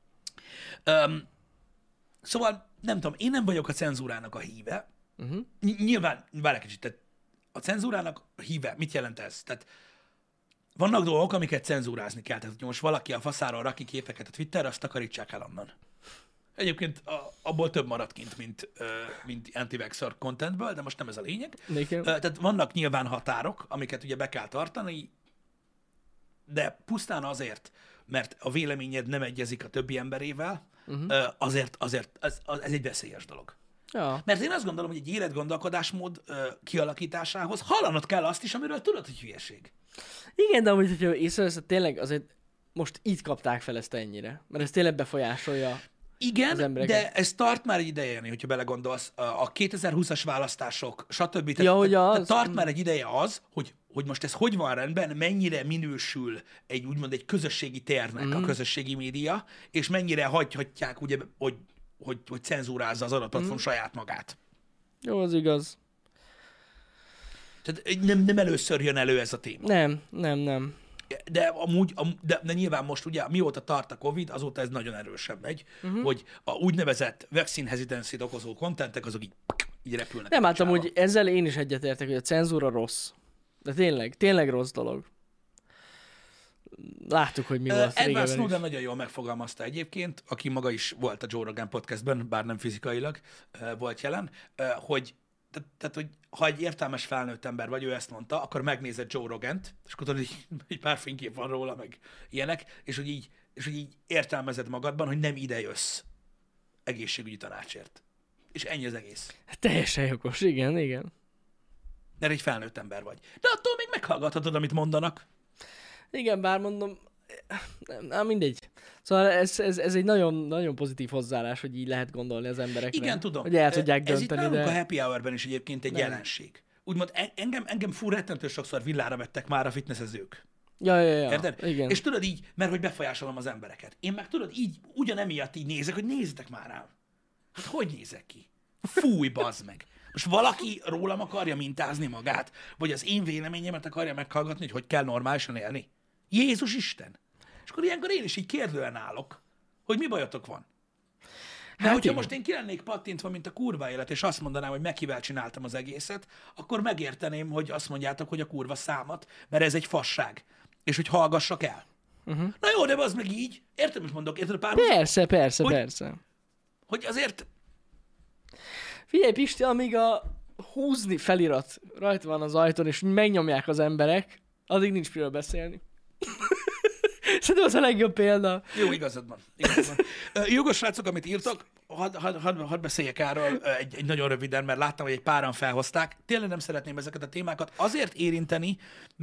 Szóval, nem tudom, én nem vagyok a cenzúrának a híve. Nyilván, várj egy kicsit, tehát a cenzúrának a híve, mit jelent ez? Tehát vannak dolgok, amiket cenzúrázni kell. Tehát, hogy most valaki a faszáról raki képeket a Twitterre, azt takarítsák el onnan. Egyébként abból több maradt kint, mint anti-vaxxer contentből, de most nem ez a lényeg. Tehát vannak nyilván határok, amiket ugye be kell tartani, de pusztán azért, mert a véleményed nem egyezik a többi emberével, azért ez egy veszélyes dolog. Ja. Mert én azt gondolom, hogy egy életgondolkodásmód kialakításához hallanod kell azt is, amiről tudod, hogy hülyeség. Igen, de amúgy, hogyha észrevesz, tényleg azért most így kapták fel ezt ennyire, mert ez tényleg befolyásolja. Igen, de ez tart már egy ideje, hogyha belegondolsz, a 2020-as választások, stb. Tehát tart már egy ideje az, hogy most ez hogy van rendben, mennyire minősül úgymond egy közösségi térnek a közösségi média, és mennyire hagyhatják, ugye, hogy cenzúrázza az adott platform saját magát. Jó, az igaz. Tehát nem először jön elő ez a téma. Nem. De amúgy, de nyilván most ugye mióta tart a Covid, azóta ez nagyon erősen megy, hogy a úgynevezett vaccine hesitancy okozó kontentek, azok így repülnek. Nem, hát amúgy ezzel én is egyetértek, hogy a cenzúra rossz. De tényleg rossz dolog. Láttuk, hogy mi volt Edward Snowden nagyon jól megfogalmazta egyébként, aki maga is volt a Joe Rogan podcastben, bár nem fizikailag volt jelen, hogy tehát, hogy ha egy értelmes felnőtt ember vagy, ő ezt mondta, akkor megnézed Joe Rogant, és akkor tudod, így egy pár fénykép van róla, meg ilyenek, és hogy így értelmezed magadban, hogy nem ide jössz egészségügyi tanácsért. És ennyi az egész. Teljesen jogos, igen, igen. Mert egy felnőtt ember vagy. De attól még meghallgathatod, amit mondanak. Igen, bár mondom, mindegy. Szóval ez egy nagyon, nagyon pozitív hozzáállás, hogy így lehet gondolni az emberekre. Igen, tudom. Hogy el tudják Ez dönteni, itt nálunk de... a happy hour-ben is egyébként egy jelenség. Úgymond engem fú rettentő sokszor villára vettek már a fitnessezők. Ja. Érted? Igen. És tudod így, mert hogy befolyásolom az embereket. Én meg tudod így, ugyanemiatt így nézek, hogy nézzetek már rám. Hát hogy nézek ki? Fúj, bazd meg. Most valaki rólam akarja mintázni magát, vagy az én véleményemet akarja meghallgatni, hogy kell normálisan élni. Jézus Isten! És akkor ilyenkor én is így kérdően állok, hogy mi bajotok van. De Hát hogyha igen. most én ki lennék pattintva, mint a kurva élet, és azt mondanám, hogy Mekivel csináltam az egészet, akkor megérteném, hogy azt mondjátok, hogy a kurva számat, mert ez egy fasság. És hogy hallgassak el. Na jó, de az meg így. Érted, mit mondok? Érted a párhuzam? Persze. Hogy azért... Figyelj, Pisti, amíg a húzni felirat rajta van az ajtón, és megnyomják az emberek, addig nincs miről beszélni. Szerintem az a legjobb példa. Jó, igazad van. Jogos srácok, amit írtok, hadd beszéljek erről egy nagyon röviden, mert láttam, hogy egy páran felhozták. Tényleg nem szeretném ezeket a témákat azért érinteni,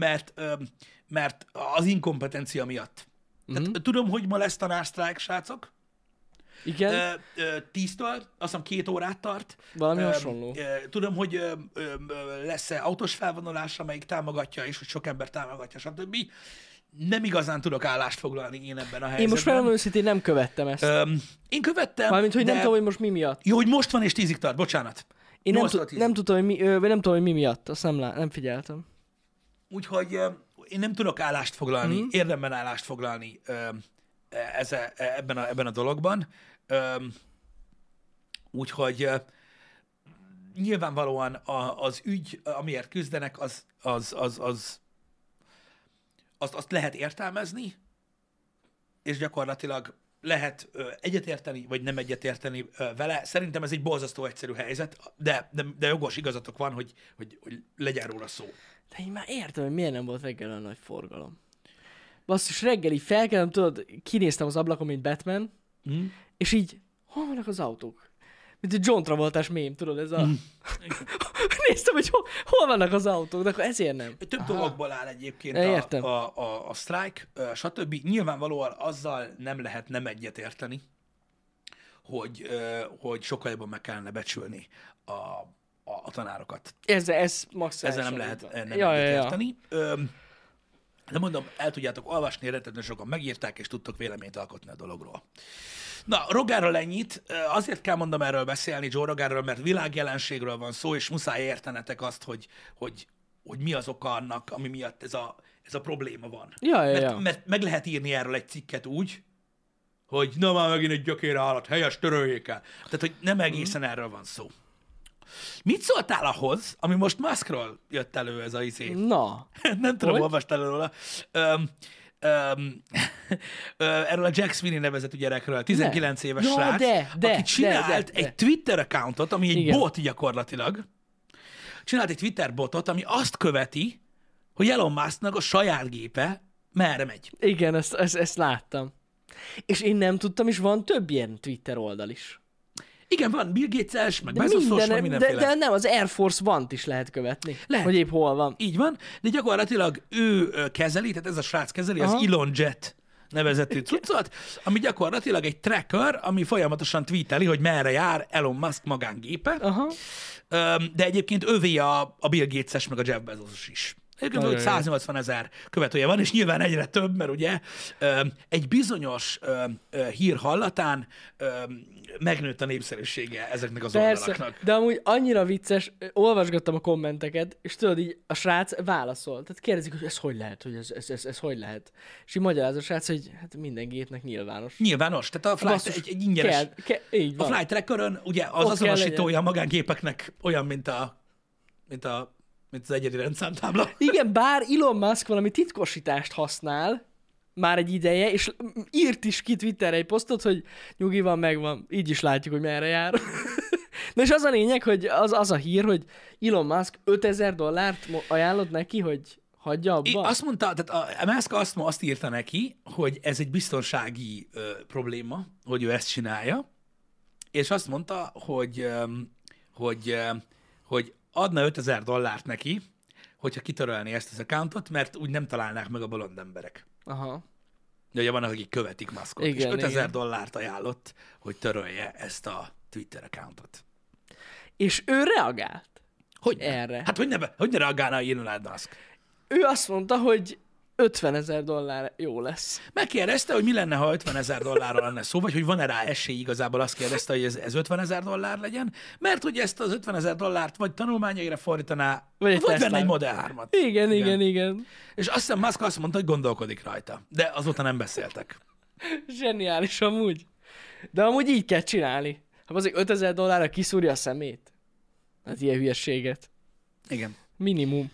mert az inkompetencia miatt. Tehát, tudom, hogy ma lesz tanársztrájk, srácok. Igen, 10-től, azt hiszem 2 órát tart. valami hasonló. Tudom, hogy lesz autós felvonulás, amelyik támogatja, és hogy sok ember támogatja, stb. Nem igazán tudok állást foglalni én ebben a helyzetben. Én most megmondom őszintén, nem követtem ezt. Én követtem, Mármint, hogy de... nem tudom, hogy most mi miatt. Jó, hogy most van és 10-ig tart, bocsánat. Én nem, 8-tól 10-ig. nem tudom, hogy mi miatt. Azt nem figyeltem. Úgyhogy én nem tudok állást foglalni, érdemben állást foglalni ebben a dologban. Úgyhogy nyilvánvalóan az ügy, amiért küzdenek, azt lehet értelmezni, és gyakorlatilag lehet egyetérteni, vagy nem egyetérteni vele. Szerintem ez egy borzasztó egyszerű helyzet, de jogos igazatok van, hogy legyen róla szó. De én már értem, hogy miért nem volt reggel olyan nagy forgalom. Basszus, reggel így felkeltem, tudod, kinéztem az ablakon, mint Batman, és így, hol vannak az autók? Mint egy John Travoltás mém, tudod, ez a... Néztem, hogy hol vannak az autók, de akkor ezért nem. Több dologból áll egyébként Értem. a sztrájk, stb. Nyilvánvalóan azzal nem lehet nem egyetérteni, hogy sokkal jobban meg kellene becsülni a tanárokat. Ez maximálisan. Ezzel nem lehet nem Ja. egyetérteni. De mondom, el tudjátok olvasni, rettetően sokan megírták, és tudtok véleményt alkotni a dologról. Na, Rogerről ennyit. Azért kell mondom erről beszélni, Joe Rogerről, mert világjelenségről van szó, és muszáj értenetek azt, hogy mi az oka annak, ami miatt ez a probléma van. Ja. Mert meg lehet írni erről egy cikket úgy, hogy na már megint egy gyökére állat, helyes, töröljék el. Tehát, hogy nem egészen erről van szó. Mit szóltál ahhoz, ami most Muskról jött elő ez a izé? Na. Nem tudom, Hogy? olvastál róla. Erről a Jack Sweeney nevezetű gyerekről, 19 éves Ja, srác, de, aki csinált de. egy Twitter accountot, ami egy Igen. bot gyakorlatilag. Csinált egy Twitter botot, ami azt követi, hogy Elon Musknak a saját gépe merre megy. Igen, ezt láttam. És én nem tudtam, és van több ilyen Twitter oldal is. Igen, van Bill Gates-es, meg De, Bezosos, meg mindenféle. de nem, az Air Force One-t is lehet követni. Lehet. Hogy épp hol van. Így van, de gyakorlatilag ő kezeli, tehát ez a srác kezeli az Elon Jet nevezetű cuccot, ami gyakorlatilag egy tracker, ami folyamatosan tweeteli, hogy merre jár Elon Musk magángépe, Aha. de egyébként ővé a Bill Gates-es, meg a Jeff Bezos is. Egyébként Nagyon 180 000 követője van, és nyilván egyre több, mert ugye egy bizonyos hír hallatán megnőtt a népszerűsége ezeknek az oldalaknak. De amúgy annyira vicces, olvasgattam a kommenteket, és tudod így, a srác válaszol. Tehát kérdezik, hogy ez hogy lehet, hogy ez hogy lehet. És így magyaráz a srác, hogy hát minden gépnek nyilvános. Nyilvános, tehát a Flight egy ingyenes... így A van. Flight Tracker-ön ugye az Ott azonosítója a magángépeknek olyan, mint az egyedi rendszámtábla. Igen, bár Elon Musk valami titkosítást használ már egy ideje, és írt is ki Twitterre egy posztot, hogy nyugi van, megvan, így is látjuk, hogy merre jár. Na és az a lényeg, hogy az a hír, hogy Elon Musk $5000 ajánlott neki, hogy hagyja abba. Azt mondta, tehát a Musk azt írta neki, hogy ez egy biztonsági probléma, hogy ő ezt csinálja, és azt mondta, hogy adna $5000 neki, hogyha kitörölni ezt az accountot, mert úgy nem találnák meg a bolond emberek. Aha. De ugye vannak, akik követik Muskot, Igen, és $5000 ajánlott, hogy törölje ezt a Twitter accountot. És ő reagált Hogy erre. Hát hogy ne reagálna Elon Musk? Ő azt mondta, hogy $50,000 jó lesz. Megkérdezte, hogy mi lenne, ha $50,000 lenne szó, vagy hogy van-e rá esély, igazából azt kérdezte, hogy ez $50,000 legyen, mert hogy ezt az $50,000 vagy tanulmányaira fordítaná, vagy venne egy Model 3-at. Igen. És azt hiszem Musk azt mondta, hogy gondolkodik rajta. De azóta nem beszéltek. Zseniális amúgy. De amúgy így kell csinálni. Ha azért $5000 kiszúrja a szemét. Hát ilyen hülyességet. Igen. Minimum.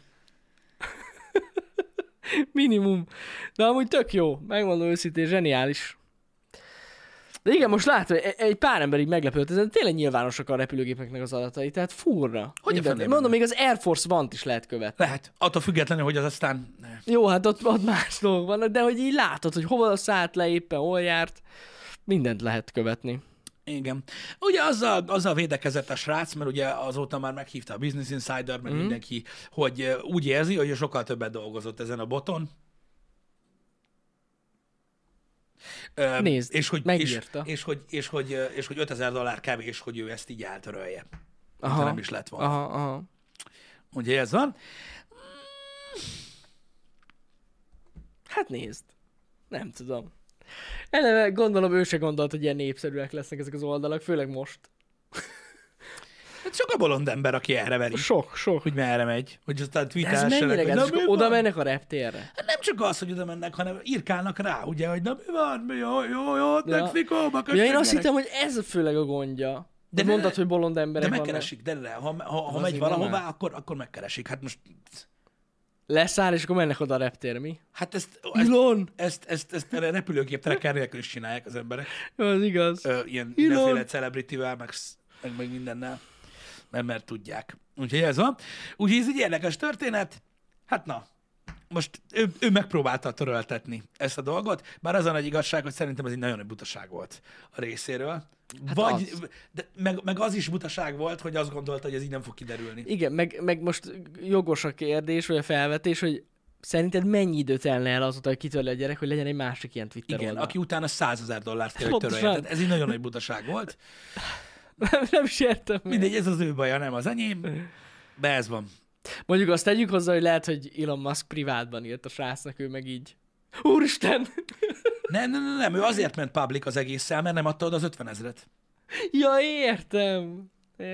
Minimum. De amúgy tök jó. Megmondom őszintén, zseniális. De igen, most látod, egy pár ember így meglepődött, ezen tényleg nyilvánosak a repülőgépeknek az adatai, tehát furra. Mondom, még az Air Force One-t is lehet követni. Lehet. Attól függetlenül, hogy az aztán... Jó, hát ott más dolgok vannak, de hogy így látod, hogy hova szállt le éppen, hol járt, mindent lehet követni. Igen. Ugye azzal védekezett a srác, mert ugye azóta már meghívta a Business Insider, meg mindenki, hogy úgy érzi, hogy sokkal többet dolgozott ezen a boton. Nézd, és hogy, megírta. És hogy $5000 kevés, hogy ő ezt így eltörölje. Ha nem is lett volna. Aha. Ugye ez van? Hát nézd. Nem tudom. Eleve gondolom ő se gondolt, hogy ilyen népszerűek lesznek ezek az oldalak, főleg most. Hát sok a bolond ember, aki erre veri. Sok. Hogy merre megy. Hogy aztán Ez tweetelssenek, mennyire hogy gáz, mi oda van? mennek a reptérre. Hát nem csak az, hogy oda mennek, hanem írkálnak rá, ugye, hogy na mi van, jó, Mexikóba, Ja, én azt hittem, hogy ez főleg a gondja. De mondtad, hogy bolond emberek de vannak. megkeresik, de ha megy valahová, akkor megkeresik. Hát most... Leszáll, és akkor mennek oda a reptérre, mi? Hát ezt a repülőgépterekkel nélkül is csinálják az emberek. Jó, az igaz. Ilyen mindenféle celebrity-vel, meg mindennel, mert tudják. Úgyhogy ez van. Úgyhogy ez egy érdekes történet. Hát na, most ő megpróbálta töröltetni ezt a dolgot, bár az a nagy igazság, hogy szerintem ez egy nagyon nagy butaság volt a részéről. Hát vagy, de meg az is butaság volt, hogy azt gondolta, hogy ez így nem fog kiderülni. Igen, meg most jogos a kérdés, vagy a felvetés, hogy szerinted mennyi időt telne el azóta, hogy kitörli a gyerek, hogy legyen egy másik ilyen Twitter Igen, oldal? aki utána $100,000 kell, hogy törölje. Tehát ez egy nagyon nagy butaság volt. Nem is értem. Mindegy, ez az ő baja, nem az enyém. De ez van. Mondjuk azt tegyük hozzá, hogy lehet, hogy Elon Musk privátban írt a srácnak, ő meg így. Úristen! Nem, ő azért ment public az egésszel, mert nem adta oda az 50,000-et. Ja, értem.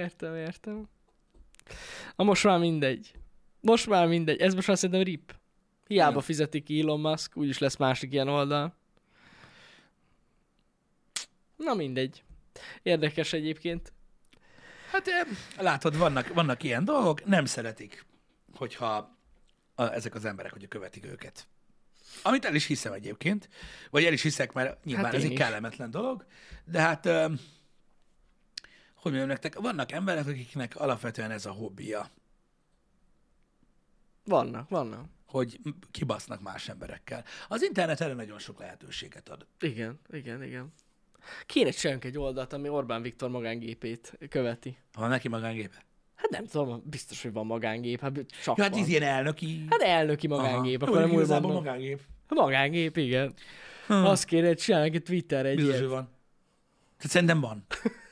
Most már mindegy. Ez most már szerintem rip. Hiába fizetik ki Elon Musk, úgyis lesz másik ilyen oldal. Na mindegy. Érdekes egyébként. Hát látod, vannak ilyen dolgok, nem szeretik, hogyha ezek az emberek, hogy követik őket. Amit el is hiszem egyébként, vagy el is hiszek, mert nyilván hát ez egy kellemetlen dolog, de hát, hogy mondjam nektek, vannak emberek, akiknek alapvetően ez a hobbija. Vannak. Hogy kibasznak más emberekkel. Az internet erre nagyon sok lehetőséget ad. Igen. Kéne csináljunk egy oldalt, ami Orbán Viktor magángépét követi. Van neki magángépe? Hát nem tudom, biztos, hogy van magángép. Hát csak ja, hát van. ez ilyen elnöki... Hát elnöki magángép. Akkor nem igazából magángép. Magángép, igen. Azt kéne, hogy csinálják egy Twitterre egy biztos, hogy van. Tehát szerintem van.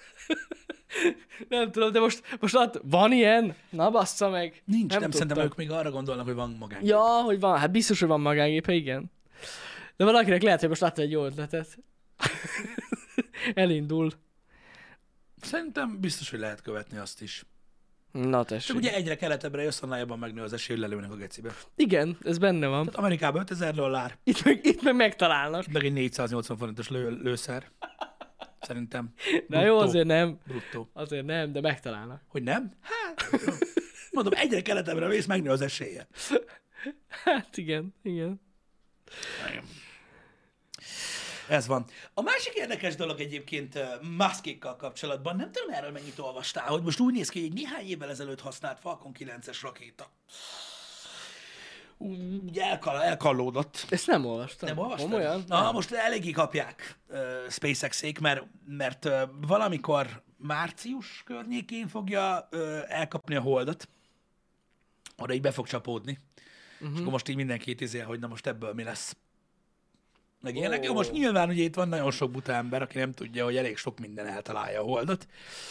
Nem tudom, de most van ilyen? Na bassza meg. Nincs, nem szerintem ők még arra gondolnak, hogy van magángép. Ja, hogy van. Hát biztos, hogy van magángépe, igen. De valakinek lehet, hogy most látta egy jó ötletet. Elindul. Szerintem biztos, hogy lehet követni azt is. Na tessék. Csak ugye egyre keletebbre jössz, annál jobban megnő az esély, hogy lelőnek a gecibe. Igen, ez benne van. Tehát Amerikában $5000. Itt meg megtalálnak. Itt meg egy 480 forintos lőszer. Szerintem. Na jó, azért nem. Bruttó. Azért nem, de megtalálnak. Hogy nem? Hát, mondom, egyre keletebbre mész, megnő az esélye. Hát igen. Ez van. A másik érdekes dolog egyébként Muskékkal kapcsolatban, nem tudom erről mennyit olvastál, hogy most úgy néz ki, hogy néhány évvel ezelőtt használt Falcon 9-es rakéta. Úgy elkallódott. Ezt nem olvastam. Nem olvastad? Komolyan? Na, Nem. most eléggé kapják SpaceX-ék, mert valamikor március környékén fogja elkapni a Holdat. Oda így be fog csapódni. És akkor most így mindenki izél, hogy na most ebből mi lesz. Meg ilyenek. Jó, most nyilván ugye itt van nagyon sok buta ember, aki nem tudja, hogy elég sok minden eltalálja a Holdat.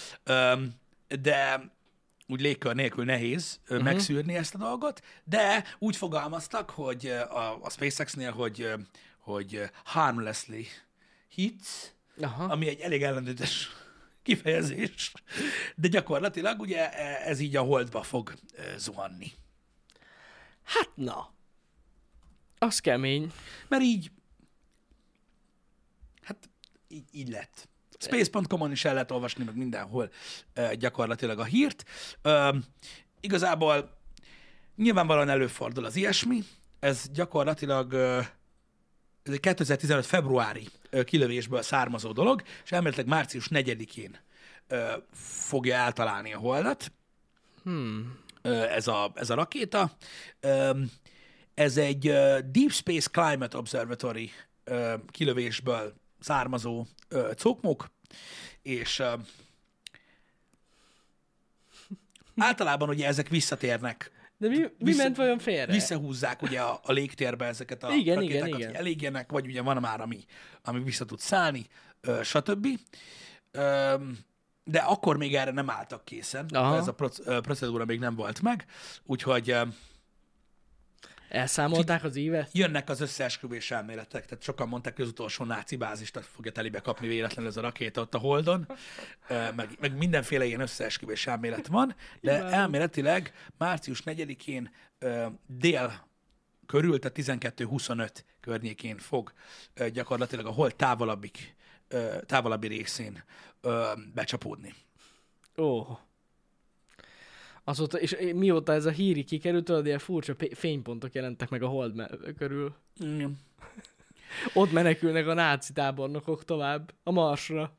De úgy légkör nélkül nehéz megszűrni ezt a dolgot, de úgy fogalmaztak, hogy a SpaceX-nél, hogy harmlessly hits, ami egy elég ellentétes kifejezés, de gyakorlatilag ugye ez így a Holdba fog zuhanni. Hát na. Az kemény. Mert így, hát így lett. Space.com-on is el lehet olvasni, meg mindenhol gyakorlatilag a hírt. Igazából nyilvánvalóan előfordul az ilyesmi. Ez gyakorlatilag ez egy 2015. februári kilövésből származó dolog, és elméletileg március 4-én fogja eltalálni a Holdat. Ez a rakéta. Ez egy Deep Space Climate Observatory kilövésből származó cokmok, és általában ugye ezek visszatérnek. De mi ment vajon félre? Visszahúzzák ugye a légtérbe ezeket a rakétákat, hogy elégjenek, vagy ugye van már, ami vissza tud szállni, stb. De akkor még erre nem álltak készen. Aha. Ez a procedúra még nem volt meg, úgyhogy elszámolták az évet? Jönnek az összeesküvés elméletek, tehát sokan mondták, hogy az utolsó náci bázist fogja telibe kapni véletlenül ez a rakéta ott a Holdon, meg mindenféle ilyen összeesküvés elmélet van, de elméletileg március 4-én dél körül, tehát 12-25 környékén fog gyakorlatilag a Hold távolabbi részén becsapódni. Azóta, és mióta ez a híri kikerült, tudod, ilyen furcsa fénypontok jelentek meg a Hold körül. Ott menekülnek a náci tábornokok tovább, a Marsra.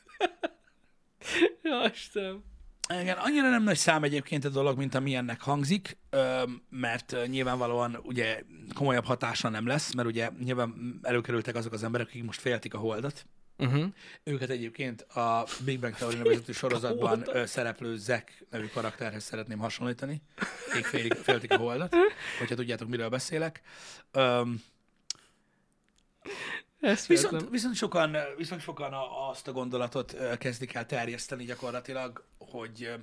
Ja, Istenem. Igen, annyira nem nagy szám egyébként a dolog, mint amilyennek hangzik, mert nyilvánvalóan ugye komolyabb hatása nem lesz, mert ugye nyilván előkerültek azok az emberek, akik most féltik a Holdat. Őket egyébként a Big Bang Theory nevezetű sorozatban szereplő Zack nevű karakterhez szeretném hasonlítani. Ők féltik a Holdat, hogyha tudjátok, miről beszélek. Viszont sokan azt a gondolatot kezdik el terjeszteni gyakorlatilag, hogy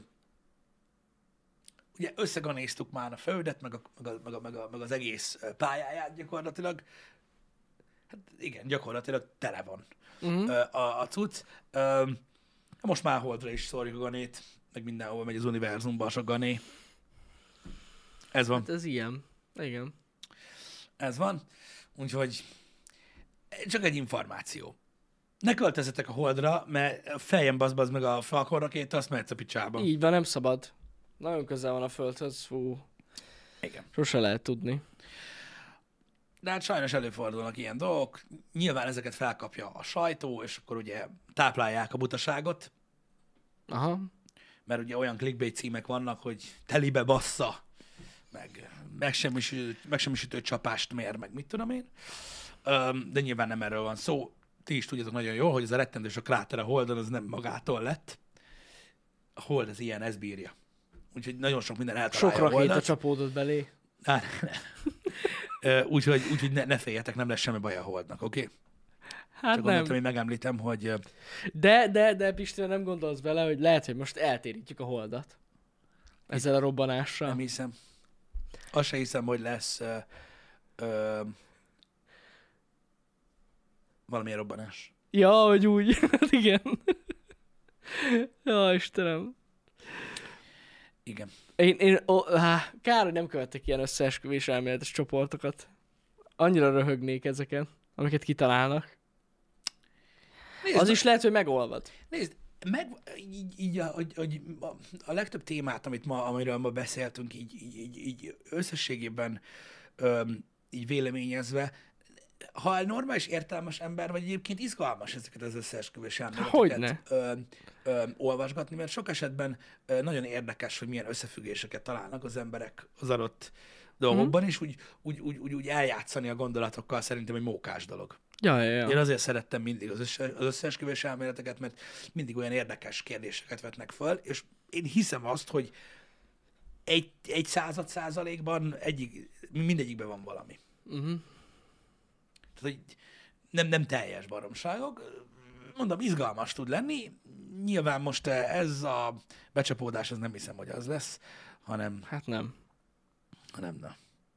ugye összeganéztuk már a Földet, meg az egész pályáját gyakorlatilag. Hát igen, gyakorlatilag tele van a cucc. Most már Holdra is szórjuk a ganét, meg mindenhol megy az univerzumban a gané. Ez van. Hát ez ilyen. Igen. Ez van. Úgyhogy csak egy információ. Ne költözzetek a Holdra, mert fejem bazd meg a Falcon rakéta, azt mehetsz a picsába. Így van, nem szabad. Nagyon közel van a Földhöz, fú. Igen. Sose lehet tudni. De hát sajnos előfordulnak ilyen dolgok. Nyilván ezeket felkapja a sajtó, és akkor ugye táplálják a butaságot. Aha. Mert ugye olyan clickbait címek vannak, hogy telibe bassza, meg megsemmisítő csapást mér, meg mit tudom én. De nyilván nem erről van szó. Ti is tudjátok nagyon jól, hogy ez a rettentős a kráter a Holdon, az nem magától lett. A Hold az ilyen, ez bírja. Úgyhogy nagyon sok minden eltalálja sok a Holdat. rakéta csapódott belé. Úgyhogy ne féljetek, nem lesz semmi baj a Holdnak, oké? Okay? Hát csak nem. hogy megemlítem, hogy... De Pisti, nem gondolsz bele, hogy lehet, hogy most eltérítjük a Holdat ezzel a robbanással. Nem hiszem. Azt se hiszem, hogy lesz valamilyen robbanás. Ja, hogy úgy. Hát igen. Ja, Istenem. Igen. Kár, hogy nem követek ilyen összeesküvés elméletes csoportokat. Annyira röhögnék ezeken, amiket kitalálnak. Nézd, az is lehet, hogy megolvad. Nézd, így a legtöbb témát, amiről ma beszéltünk, így összességében így véleményezve, ha egy normális, értelmes ember vagy, egyébként izgalmas ezeket az összeesküvés Hogyne. elméleteket olvasgatni, mert sok esetben nagyon érdekes, hogy milyen összefüggéseket találnak az emberek az adott dolgokban, és úgy eljátszani a gondolatokkal szerintem egy mókás dolog. Ja. Én azért szerettem mindig az összeesküvés elméleteket, mert mindig olyan érdekes kérdéseket vetnek föl, és én hiszem azt, hogy egy százalékban mindegyikben van valami. Tehát, hogy nem teljes baromságok. Mondom, izgalmas tud lenni. Nyilván most ez a becsapódás, az nem hiszem, hogy az lesz, hanem... Hát nem. Na.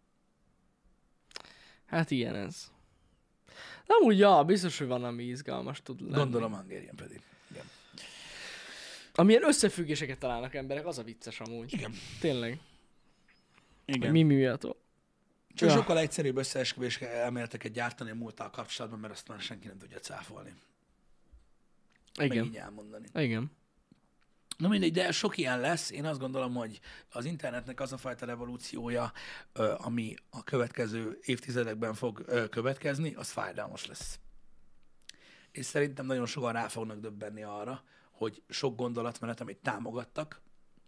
Hát ilyen ez. De amúgy, ja, biztos, hogy van, ami izgalmas tud lenni. Gondolom, Hungarian pedig. Igen. Amilyen összefüggéseket találnak emberek, az a vicces amúgy. Igen. Tényleg. Igen. Mi miatt? Csak sokkal egyszerűbb összeesküvés elméleteket gyártani a múlttal kapcsolatban, mert azt már senki nem tudja cáfolni. Igen. Meg így elmondani. Igen. Na mindegy, de sok ilyen lesz. Én azt gondolom, hogy az internetnek az a fajta revolúciója, ami a következő évtizedekben fog következni, az fájdalmas lesz. És szerintem nagyon sokan rá fognak döbbenni arra, hogy sok gondolatmenet, amit támogattak,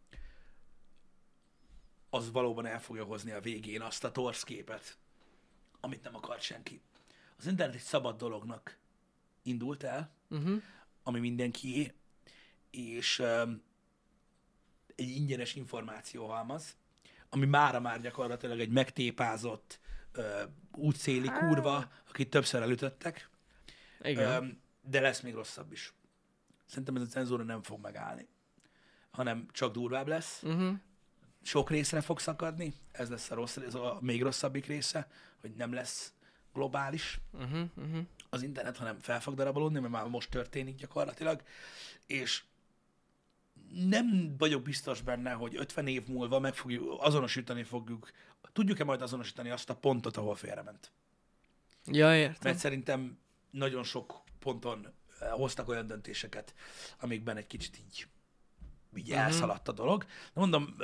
az valóban el fogja hozni a végén azt a torszképet, amit nem akart senki. Az internet egy szabad dolognak indult el, ami mindenkié, és egy ingyenes információhalmaz, ami már gyakorlatilag egy megtépázott útszéli kurva, akit többször elütöttek, de lesz még rosszabb is. Szerintem ez a cenzúra nem fog megállni, hanem csak durvább lesz. Sok részre fog szakadni, ez lesz ez a még rosszabbik része, hogy nem lesz globális az internet, hanem fel fog darabolódni, mert már most történik gyakorlatilag, és nem vagyok biztos benne, hogy 50 év múlva tudjuk-e majd azonosítani azt a pontot, ahol félrement. Ja, értem. Mert szerintem nagyon sok ponton hoztak olyan döntéseket, amikben egy kicsit így elszaladt a dolog. De mondom,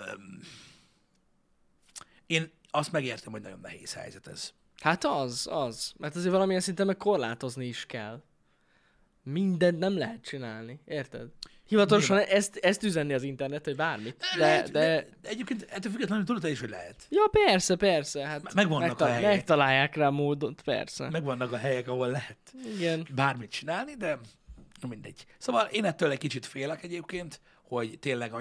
én azt megértem, hogy nagyon nehéz helyzet ez. Hát az. Mert azért valamilyen szinten meg korlátozni is kell. Mindent nem lehet csinálni, érted? Hivatalosan ezt üzenni az internet, hogy bármit. De egyébként ettől függetlenül tudod is, hogy lehet. Ja, persze. Hát Megvannak a helyek. Megtalálják rá módot, persze. Megvannak a helyek, ahol lehet Igen. bármit csinálni, de mindegy. Szóval én ettől egy kicsit félek egyébként, hogy tényleg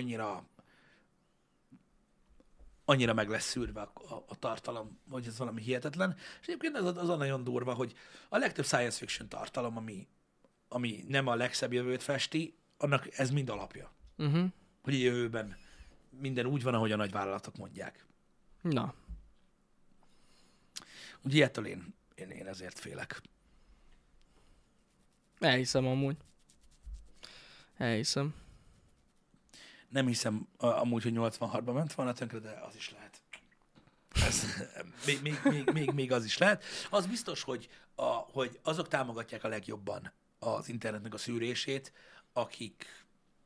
annyira meg lesz szűrve a tartalom, hogy ez valami hihetetlen. És egyébként az a nagyon durva, hogy a legtöbb science fiction tartalom, ami nem a legszebb jövőt festi, annak ez mind alapja. Hogy a jövőben minden úgy van, ahogy a nagyvállalatok mondják. Na. Úgyhogy ettől én ezért félek. Elhiszem amúgy. Nem hiszem amúgy, hogy 86-ban ment volna tönkre, de az is lehet. Még az is lehet. Az biztos, hogy azok támogatják a legjobban az internetnek a szűrését, akik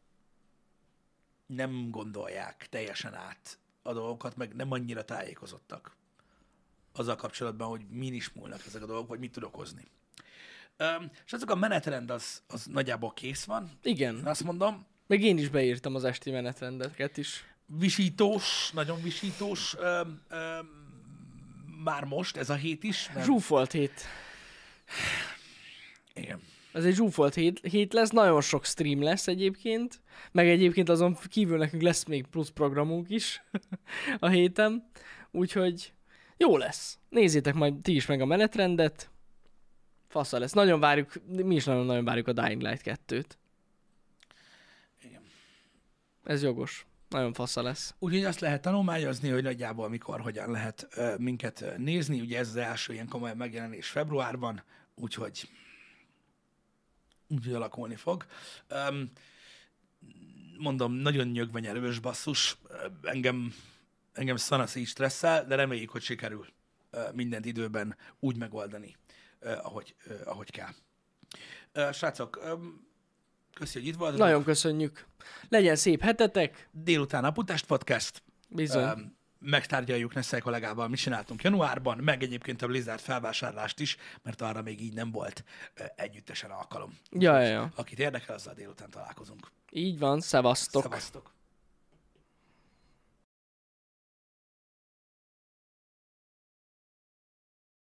nem gondolják teljesen át a dolgokat, meg nem annyira tájékozottak azzal kapcsolatban, hogy min is múlnak ezek a dolgok, vagy mit tud okozni. És azok a menetrend az nagyjából kész van. Igen. Én azt mondom. Meg én is beírtam az esti menetrendeket is. Visítós, nagyon visítós. Már most, ez a hét is. Zsúfolt hét. Igen. Ez egy zsúfolt hét lesz, nagyon sok stream lesz egyébként, meg egyébként azon kívül nekünk lesz még plusz programunk is a héten, úgyhogy jó lesz. Nézzétek majd ti is meg a menetrendet, fasza lesz. Nagyon várjuk, mi is nagyon-nagyon várjuk a Dying Light 2-t. Igen. Ez jogos. Nagyon fasza lesz. Úgyhogy azt lehet tanulmányozni, hogy nagyjából mikor, hogyan lehet minket nézni. Ugye ez az első ilyen komoly megjelenés februárban, úgyhogy alakulni fog. Mondom, nagyon nyögvenyelős basszus. Engem szanaszi is stresszel, de reméljük, hogy sikerül mindent időben úgy megoldani, ahogy kell. Srácok, köszi, hogy itt voltatok. Nagyon köszönjük. Legyen szép hetetek. Délután Aputást Podcast. Bizony. megtárgyaljuk Nessai kollégával, mit csináltunk januárban, meg egyébként a Blizzard felvásárlást is, mert arra még így nem volt együttesen alkalom. Ja. Akit érdekel, azzal délután találkozunk. Így van, szevasztok. Szevasztok.